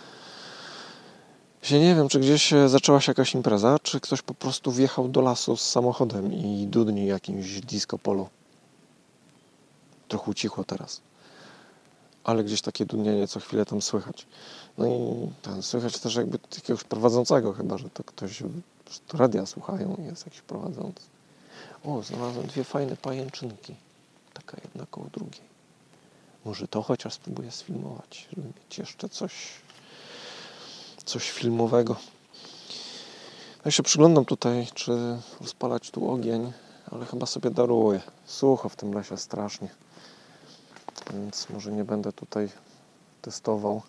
Ja nie wiem, czy gdzieś zaczęła się jakaś impreza, czy ktoś po prostu wjechał do lasu z samochodem i dudni jakimś disco polo. Trochę ucichło teraz. Ale gdzieś takie dudnienie co chwilę tam słychać. No i ten, słychać też jakby jakiegoś prowadzącego, chyba że to ktoś to radia słuchają i jest jakiś prowadzący. O, znalazłem dwie fajne pajęczynki. Taka jedna koło drugiej. Może to chociaż spróbuję sfilmować, żeby mieć jeszcze coś coś filmowego. Ja się przyglądam tutaj, czy rozpalać tu ogień, ale chyba sobie daruję. Sucho w tym lesie strasznie. Więc może nie będę tutaj testował.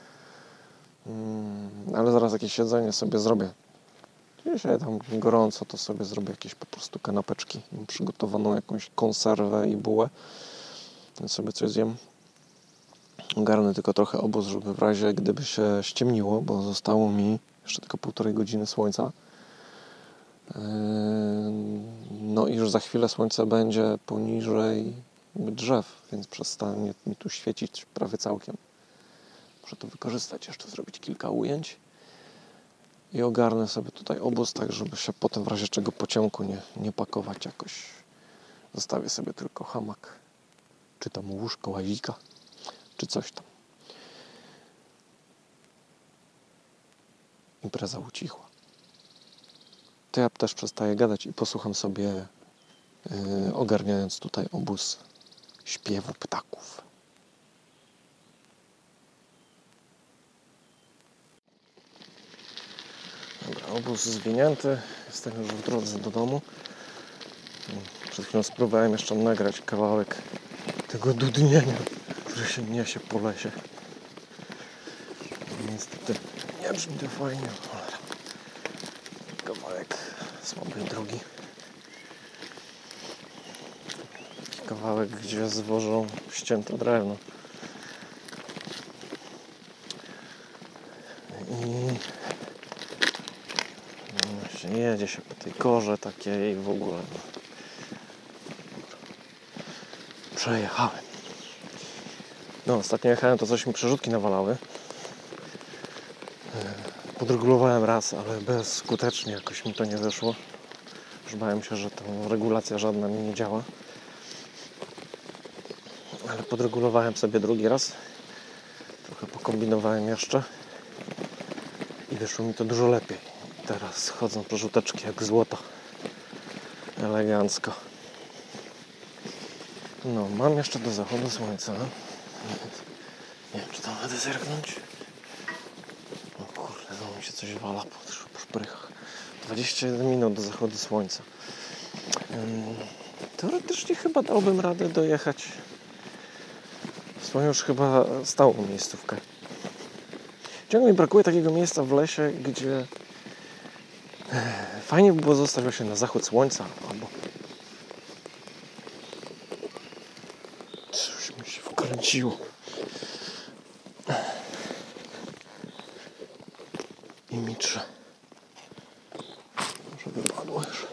Hmm, ale zaraz jakieś jedzenie sobie zrobię. Dzisiaj tam gorąco, to sobie zrobię jakieś po prostu kanapeczki. Mam przygotowaną jakąś konserwę i bułę. Więc sobie coś zjem. Ogarnę tylko trochę obóz, żeby w razie gdyby się ściemniło, bo zostało mi jeszcze tylko półtorej godziny słońca. No i już za chwilę słońce będzie poniżej drzew, więc przestanie mi tu świecić prawie całkiem. Muszę to wykorzystać, jeszcze zrobić kilka ujęć i ogarnę sobie tutaj obóz, tak żeby się potem w razie czego po ciemku nie, nie pakować jakoś. Zostawię sobie tylko hamak, czy tam łóżko, łazika, czy coś tam. Impreza ucichła. To ja też przestaję gadać i posłucham sobie, yy, ogarniając tutaj obóz, śpiewu ptaków. Dobra, obóz zwinięty. Jestem już w drodze do domu. Przed chwilą spróbowałem jeszcze nagrać kawałek tego dudnienia, które się niesie po lesie. Niestety nie brzmi to fajnie. Kawałek słabej drogi. Kawałek, gdzie zwożą ścięte drewno. I no, jedzie się po tej korze takiej w ogóle. przejechałem. No, ostatnio jechałem, to coś mi przerzutki nawalały. Podregulowałem raz, ale bezskutecznie jakoś mi to nie wyszło. Już bałem się, że ta regulacja żadna mi nie działa. Ale podregulowałem sobie drugi raz. Trochę pokombinowałem jeszcze. I wyszło mi to dużo lepiej. Teraz chodzą przerzuteczki jak złoto. Elegancko. No, mam jeszcze do zachodu słońca. Nie wiem, czy tam będę zerknąć. O kurde, znowu mi się coś wala po, po szprychach. dwadzieścia jeden minut do zachodu słońca. Um, teoretycznie chyba dałbym radę dojechać w swoją już chyba stałą miejscówkę. Ciągle mi brakuje takiego miejsca w lesie, gdzie fajnie by było zostać właśnie na zachód słońca albo coś mi się wkręciło. I mi trze. Może wypadło już.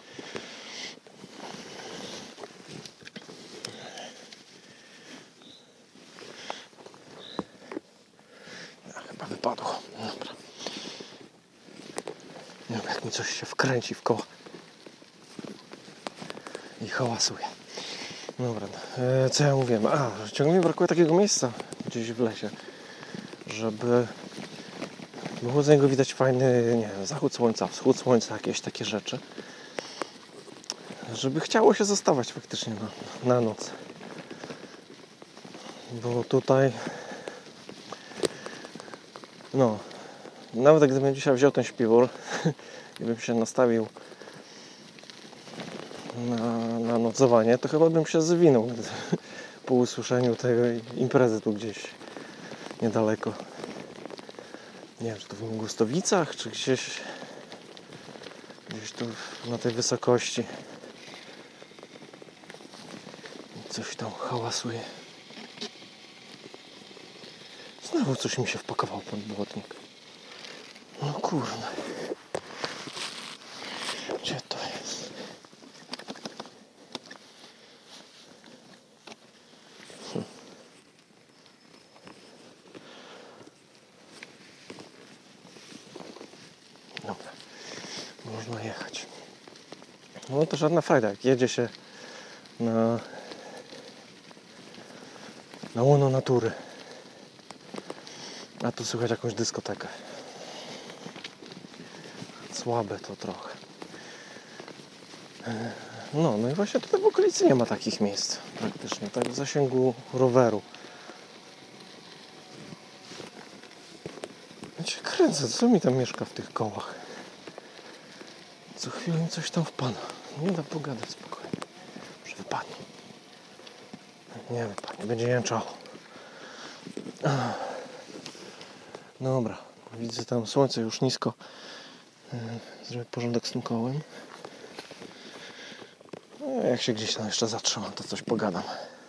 Ja, chyba wypadło. Dobra. Nie wiem, jak mi coś się wkręci w koło. I hałasuje. Dobra. E, co ja mówiłem? A, ciągle mi brakuje takiego miejsca gdzieś w lesie, żeby było z niego widać fajny, nie wiem, zachód słońca, wschód słońca, jakieś takie rzeczy. Żeby chciało się zostawać faktycznie na, na noc. Bo tutaj no, nawet gdybym dzisiaj wziął ten śpiwór i bym się nastawił na, na nocowanie, to chyba bym się zwinął po usłyszeniu tej imprezy tu gdzieś niedaleko. Nie wiem, czy to w Gustowicach, czy gdzieś gdzieś tu na tej wysokości. Coś tam hałasuje. Znowu coś mi się wpakował pod błotnik. No kurde. Gdzie to jest? Hm. Dobra. Można jechać. No to żadna frajda. Jak jedzie się na na łono natury. A tu słychać jakąś dyskotekę. Słabe to trochę. No, no i właśnie tutaj w okolicy nie ma takich miejsc praktycznie, tak w zasięgu roweru. Ja się kręcę, co mi tam mieszka w tych kołach? Co chwilę mi coś tam wpada. Nie da pogadać spokojnie. Może wypadnie. Nie wypadnie, będzie jęczało. Dobra, widzę tam słońce już nisko. Zrobię porządek z tym kołem. No, jak się gdzieś tam jeszcze zatrzymam, to coś pogadam.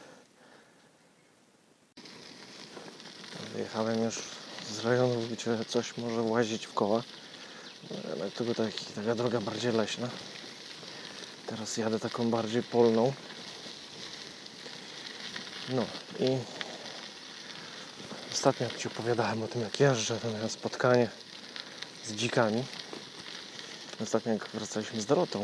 Wyjechałem już z rejonu, gdzie coś może łazić w koła. Jednak to była taki, taka droga bardziej leśna. Teraz jadę taką bardziej polną. No i ostatnio jak Ci opowiadałem o tym, jak jeżdżę, to miałem spotkanie z dzikami. Ostatnio jak wracaliśmy z Dorotą,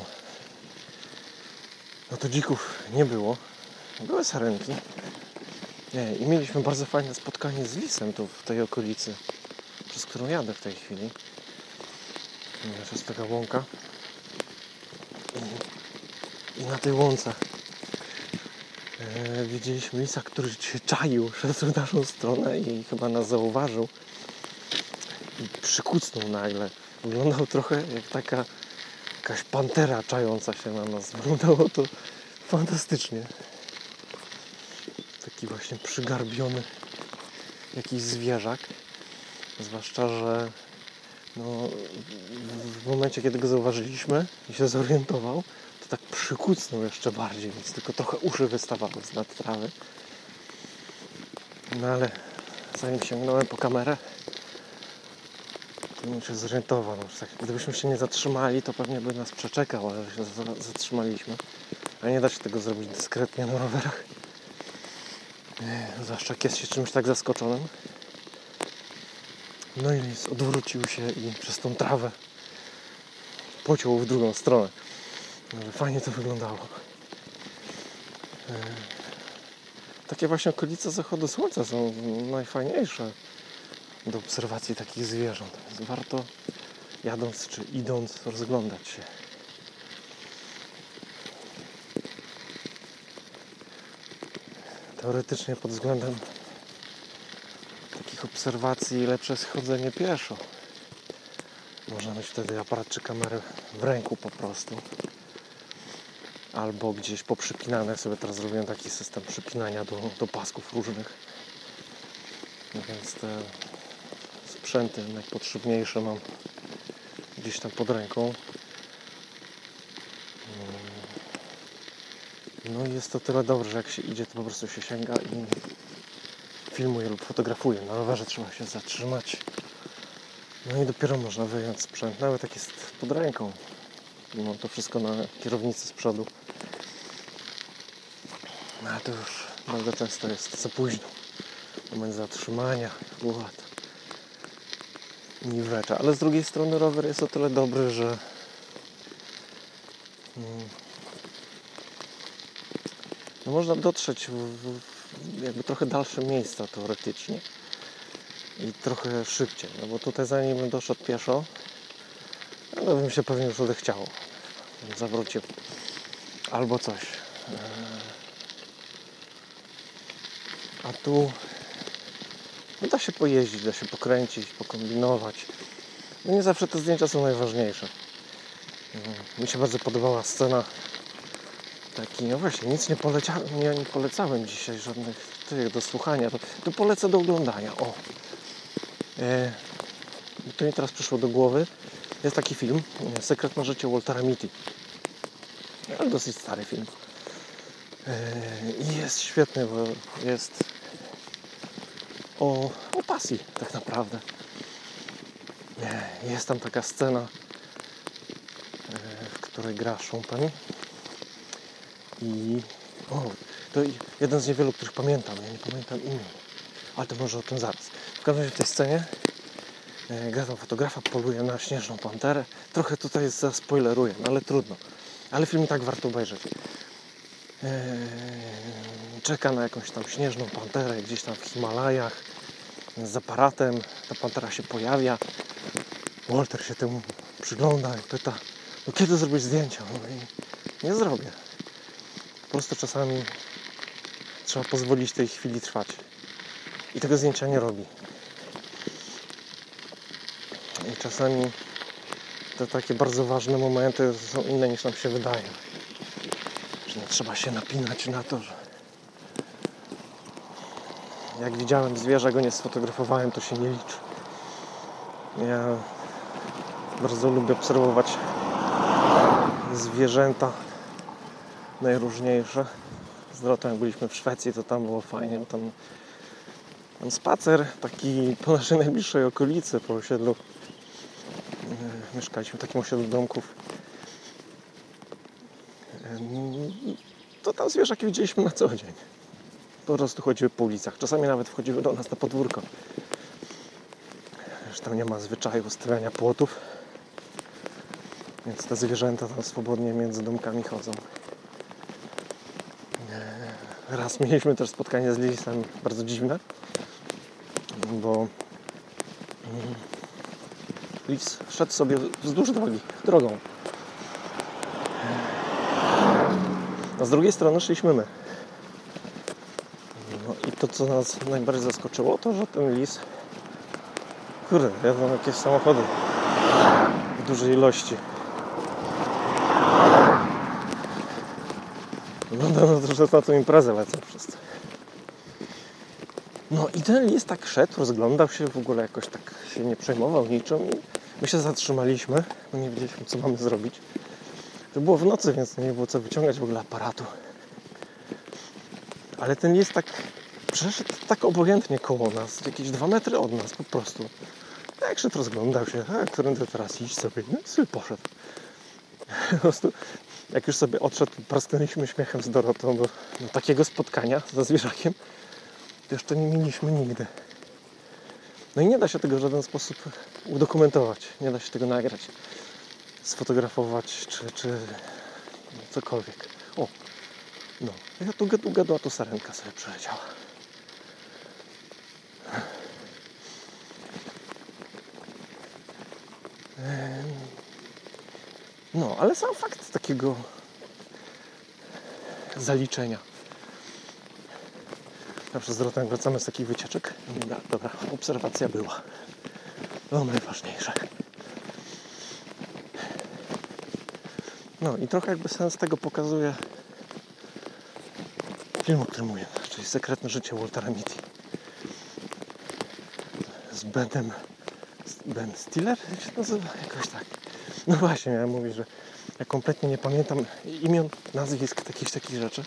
no to dzików nie było. Były sarenki. Nie, i mieliśmy bardzo fajne spotkanie z lisem tu w tej okolicy, przez którą jadę w tej chwili. To jest taka łąka. I, i na tej łące e, widzieliśmy lisa, który się czaił, szedł w naszą stronę i chyba nas zauważył. I przykucnął nagle. Wyglądał trochę jak taka jakaś pantera czająca się na nas. Wyglądało to fantastycznie. Taki właśnie przygarbiony jakiś zwierzak. Zwłaszcza, że no, w momencie, kiedy go zauważyliśmy i się zorientował, to tak przykucnął jeszcze bardziej, więc tylko trochę uszy wystawały z nad trawy. No ale zanim sięgnąłem po kamerę, to bym się zorientował. No, tak, gdybyśmy się nie zatrzymali, to pewnie by nas przeczekał, ale się zatrzymaliśmy. A nie da się tego zrobić dyskretnie na rowerach. Zwłaszcza jak jest się czymś tak zaskoczonym. No i lis odwrócił się i przez tą trawę pociął w drugą stronę. Ale fajnie to wyglądało. Takie właśnie okolice zachodu słońca są najfajniejsze do obserwacji takich zwierząt. Więc warto jadąc czy idąc rozglądać się. Teoretycznie pod względem takich obserwacji lepsze jest chodzenie pieszo. Można mieć wtedy aparat czy kamerę w ręku po prostu. Albo gdzieś poprzypinane. Sobie teraz zrobiłem taki system przypinania do, do pasków różnych. No więc te sprzęty najpotrzebniejsze mam gdzieś tam pod ręką. No i jest to tyle dobre, że jak się idzie, to po prostu się sięga i filmuje lub fotografuje. Na rowerze trzeba się zatrzymać. No i dopiero można wyjąć sprzęt. Nawet tak jest pod ręką. Mam to wszystko na kierownicy z przodu. No ale to już bardzo często jest za późno. Moment zatrzymania, ład, niwecza. Ale z drugiej strony rower jest o tyle dobry, że hmm, no można dotrzeć w, w jakby trochę dalsze miejsca teoretycznie i trochę szybciej, no bo tutaj zanim bym doszedł pieszo, no bym się pewnie już odechciało. Bym zawrócił albo coś. A tu no da się pojeździć, da się pokręcić, pokombinować. No nie zawsze te zdjęcia są najważniejsze. Mi się bardzo podobała scena taki, no właśnie, nic nie, polecia- nie, nie polecałem dzisiaj, żadnych tych do słuchania, to, to polecę do oglądania. O, e, to mi teraz przyszło do głowy. Jest taki film, Sekret na życie Waltera Mitty. Ale dosyć stary film. I jest świetny, bo jest o, o pasji tak naprawdę. Jest tam taka scena, w której gra Sean Penn. I o, to jeden z niewielu, których pamiętam. Ja nie pamiętam imion, ale to może o tym zaraz. W każdym razie w tej scenie gra tam fotografa, poluje na śnieżną panterę. Trochę tutaj zaspoileruję, no ale trudno. Ale film i tak warto obejrzeć. Eee, czeka na jakąś tam śnieżną panterę gdzieś tam w Himalajach z aparatem. Ta pantera się pojawia. Walter się temu przygląda i pyta, no kiedy zrobić zdjęcia? No i nie zrobię. Po prostu czasami trzeba pozwolić tej chwili trwać. I tego zdjęcia nie robi. I czasami te takie bardzo ważne momenty są inne niż nam się wydaje. Że nie trzeba się napinać na to, że jak widziałem zwierzę, go nie sfotografowałem, to się nie liczy. Ja bardzo lubię obserwować zwierzęta najróżniejsze. Z Dorotą jak byliśmy w Szwecji, to tam było fajnie. Tam, tam spacer taki po naszej najbliższej okolicy, po osiedlu. Mieszkaliśmy w takim osiedlu domków. To tam zwierzaki widzieliśmy na co dzień. Po prostu chodziły po ulicach. Czasami nawet wchodziły do nas na podwórko. Zresztą nie ma zwyczaju stawiania płotów. Więc te zwierzęta tam swobodnie między domkami chodzą. Raz mieliśmy też spotkanie z lisem bardzo dziwne. Bo lis szedł sobie wzdłuż drogi, drogą. A z drugiej strony szliśmy my. No i to, co nas najbardziej zaskoczyło, to, że ten lis, kurde, jadą jakieś samochody w dużej ilości. Wygląda na to, że na tą imprezę lecą wszyscy. No i ten lis tak szedł, rozglądał się, w ogóle jakoś tak się nie przejmował niczym. My się zatrzymaliśmy, bo nie wiedzieliśmy, co mamy zrobić. To było w nocy, więc nie było co wyciągać w ogóle aparatu. Ale ten lis tak przeszedł tak obojętnie koło nas, jakieś dwa metry od nas po prostu. Jak szedł, rozglądał się, a którędy teraz iść sobie, no i sobie poszedł. Po prostu, jak już sobie odszedł, prasknęliśmy śmiechem z Dorotą, bo no, takiego spotkania ze zwierzakiem Jeszcze nie mieliśmy nigdy. No i nie da się tego w żaden sposób udokumentować. Nie da się tego nagrać, sfotografować, czy, czy cokolwiek. O, no. Ja tu gadu, gadu, a tu sarenka sobie przeleciała. No, ale sam fakt takiego zaliczenia. Zawsze z Dorotem wracamy z takich wycieczek. Dobra, dobra, obserwacja była. No najważniejsze. No i trochę jakby sens tego pokazuje film, o którym mówię, czyli Sekretne życie Waltera Mitty. Z Benem... Ben Stiller? Jak się nazywa? Jakoś tak. No właśnie, miałem mówić, że ja kompletnie nie pamiętam imion, nazwisk, takich takich rzeczy.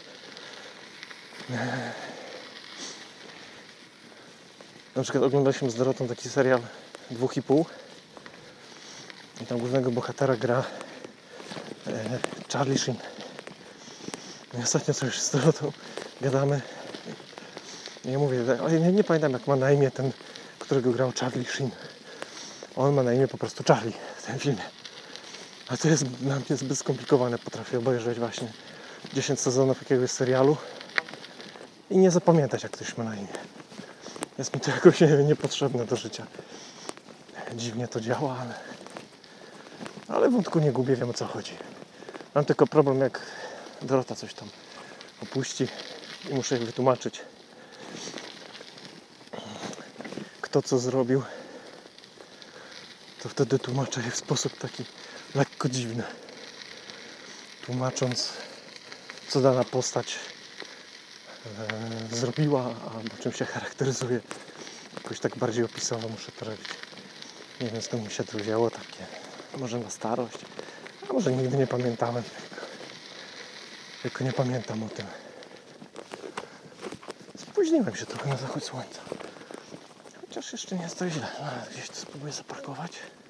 Na przykład oglądaliśmy z Dorotą taki serial Dwóch i pół i tam głównego bohatera gra e, Charlie Sheen. I ostatnio co już z Dorotą gadamy i ja mówię, ale nie, nie pamiętam jak ma na imię ten, którego grał Charlie Sheen. On ma na imię po prostu Charlie w tym filmie. A to jest dla mnie zbyt skomplikowane. Potrafię obejrzeć właśnie dziesięć sezonów jakiegoś serialu i nie zapamiętać jak ktoś ma na imię. Jest mi to jakoś niepotrzebne do życia. Dziwnie to działa, ale, ale wątku nie gubię, wiem o co chodzi. Mam tylko problem, jak Dorota coś tam opuści i muszę jej wytłumaczyć, kto co zrobił. To wtedy tłumaczę je w sposób taki lekko dziwny. Tłumacząc, co dana postać e, zrobiła, albo czym się charakteryzuje. Jakoś tak bardziej opisowo muszę to robić. Nie wiem, skąd mi się to wzięło, takie może na starość, a może nigdy nie pamiętałem, tylko, tylko nie pamiętam o tym. Spóźniłem się trochę na zachód słońca. Chociaż jeszcze nie jest to źle. No, gdzieś tu spróbuję zaparkować.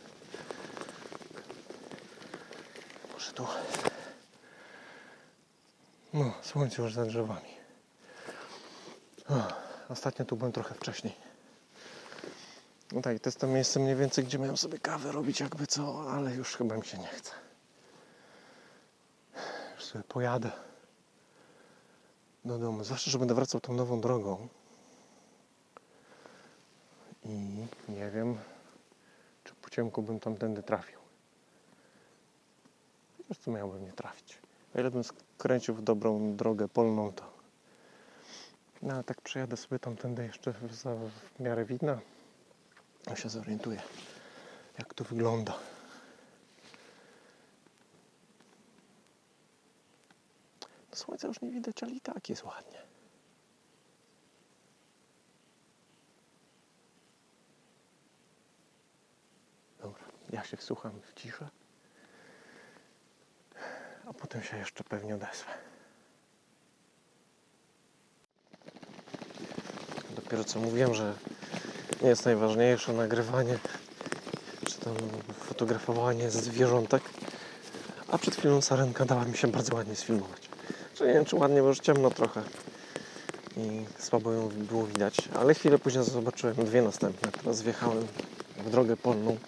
Może tu. No, słońce już za drzewami. O, ostatnio tu byłem trochę wcześniej. No tak, to jest to miejsce mniej więcej, gdzie miałem sobie kawę robić jakby co, ale już chyba mi się nie chce. Już sobie pojadę do domu. Zwłaszcza, że będę wracał tą nową drogą. I nie wiem, czy po ciemku bym tamtędy trafił. Chociaż co miałbym nie trafić. O ile bym skręcił w dobrą drogę polną, to no ale tak przejadę sobie tamtędy jeszcze w, za, w miarę widna. Ja się zorientuję, jak to wygląda. No, słońca już nie widać, ale i tak jest ładnie. Dobra, ja się wsłucham w ciszę, a potem się jeszcze pewnie odezwę. Dopiero co mówiłem, że nie jest najważniejsze nagrywanie czy tam fotografowanie zwierzątek, a przed chwilą sarenka dała mi się bardzo ładnie sfilmować. Że nie wiem, czy ładnie, bo już ciemno trochę i słabo ją było widać, ale chwilę później zobaczyłem dwie następne. Teraz wjechałem w drogę polną.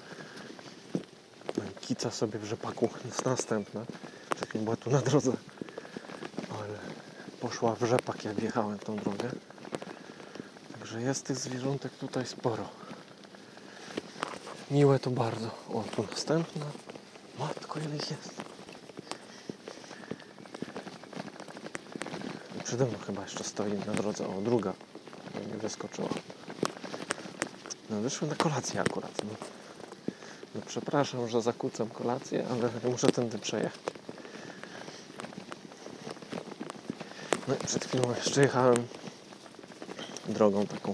Kica sobie w rzepaku jest następna. Wcześniej była tu na drodze, ale poszła w rzepak, jak wjechałem w tą drogę. Także jest tych zwierzątek tutaj sporo. Miłe to bardzo. O, tu następna. Matko, ile ich jest. Przede mną chyba jeszcze stoi na drodze. O, druga. Nie wyskoczyła. No, wyszły na kolację akurat. No. No, przepraszam, że zakłócam kolację, ale muszę tędy przejechać. No i przed chwilą jeszcze jechałem drogą taką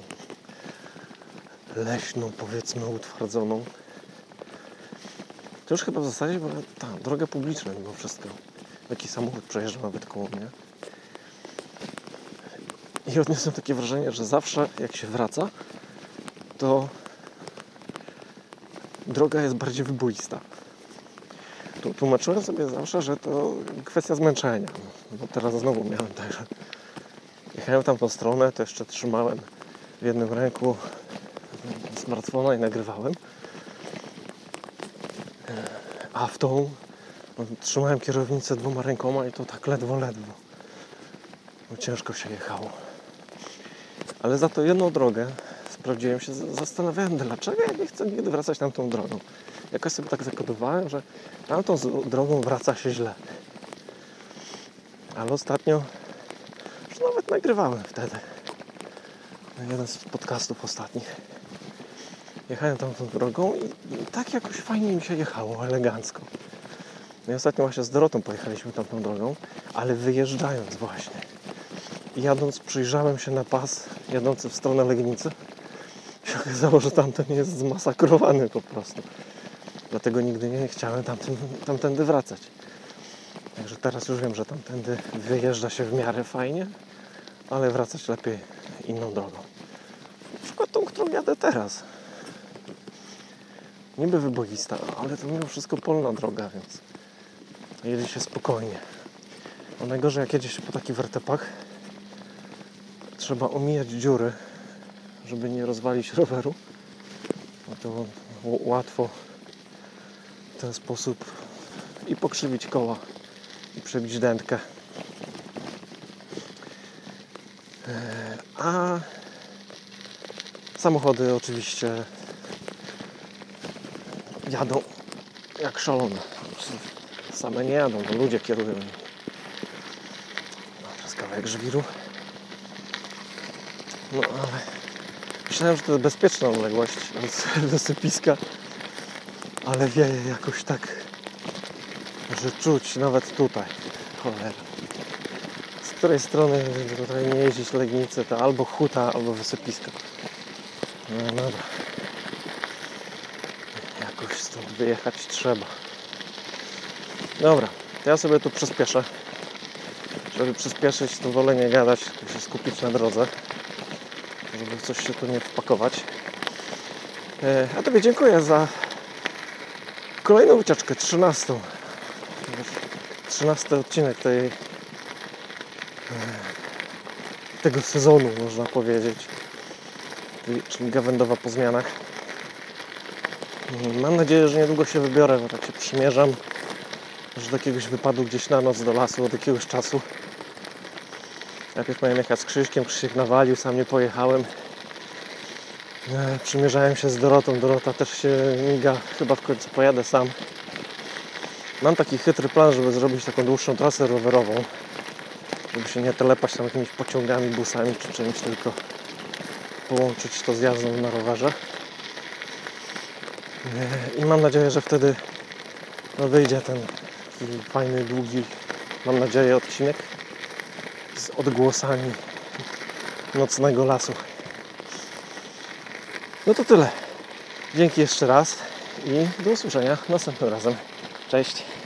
leśną, powiedzmy utwardzoną. To już chyba w zasadzie była ta droga publiczna mimo wszystko. Taki samochód przejeżdżał nawet koło mnie. I odniosłem takie wrażenie, że zawsze jak się wraca, to droga jest bardziej wyboista. Tu tłumaczyłem sobie zawsze, że to kwestia zmęczenia. No bo teraz znowu miałem tak, że jechałem w tamtą stronę, to jeszcze trzymałem w jednym ręku smartfona i nagrywałem. A w tą no, trzymałem kierownicę dwoma rękoma i to tak ledwo, ledwo. Bo ciężko się jechało. Ale za to jedną drogę sprawdziłem się, zastanawiałem, dlaczego ja nie chcę nigdy wracać tamtą drogą. Jakoś sobie tak zakodowałem, że tamtą drogą wraca się źle. Ale ostatnio już nawet nagrywałem wtedy. Jeden z podcastów ostatnich. Jechałem tamtą drogą i tak jakoś fajnie mi się jechało, elegancko. No i ostatnio właśnie z Dorotą pojechaliśmy tamtą drogą, ale wyjeżdżając właśnie. I jadąc przyjrzałem się na pas jadący w stronę Legnicy. I się okazało, że tamten jest zmasakrowany po prostu. Dlatego nigdy nie chciałem tamtym, tamtędy wracać. Także teraz już wiem, że tamtędy wyjeżdża się w miarę fajnie, ale wracać lepiej inną drogą. Na przykład tą, którą jadę teraz. Niby wyboista, ale to mimo wszystko polna droga, więc jedzie się spokojnie. A najgorzej, jak jedzie się po takich wertepach, trzeba omijać dziury, żeby nie rozwalić roweru. No to łatwo w ten sposób i pokrzywić koła, i przebić dętkę. A samochody oczywiście jadą jak szalone. Same nie jadą, to ludzie kierują. No, teraz kawałek żwiru. No ale myślałem, że to jest bezpieczna odległość od wysypiska, ale wieje jakoś tak, że czuć nawet tutaj. Cholera. Z której strony tutaj nie jeździć Legnicy, to albo huta, albo wysypisko. No dobra. Jakoś stąd wyjechać trzeba. Dobra, to ja sobie tu przyspieszę. Żeby przyspieszyć, to wolę nie gadać, tylko się skupić na drodze, żeby w coś się tu nie wpakować. A Tobie dziękuję za kolejną wycieczkę, trzynastą. trzynasty odcinek tej, tego sezonu, można powiedzieć. Czyli Gawędowa po zmianach. Mam nadzieję, że niedługo się wybiorę, bo tak się przymierzam, że do jakiegoś wypadu gdzieś na noc do lasu od jakiegoś czasu. Najpierw miałem jechać z Krzyśkiem, Krzysiek nawalił, sam nie pojechałem. E, przymierzałem się z Dorotą, Dorota też się miga, chyba w końcu pojadę sam. Mam taki chytry plan, żeby zrobić taką dłuższą trasę rowerową, żeby się nie telepać tam jakimiś pociągami, busami czy czymś, tylko połączyć to z jazdą na rowerze. E, I mam nadzieję, że wtedy no, wyjdzie ten fajny, długi, mam nadzieję, odcinek z odgłosami nocnego lasu. No to tyle. Dzięki jeszcze raz i do usłyszenia następnym razem. Cześć!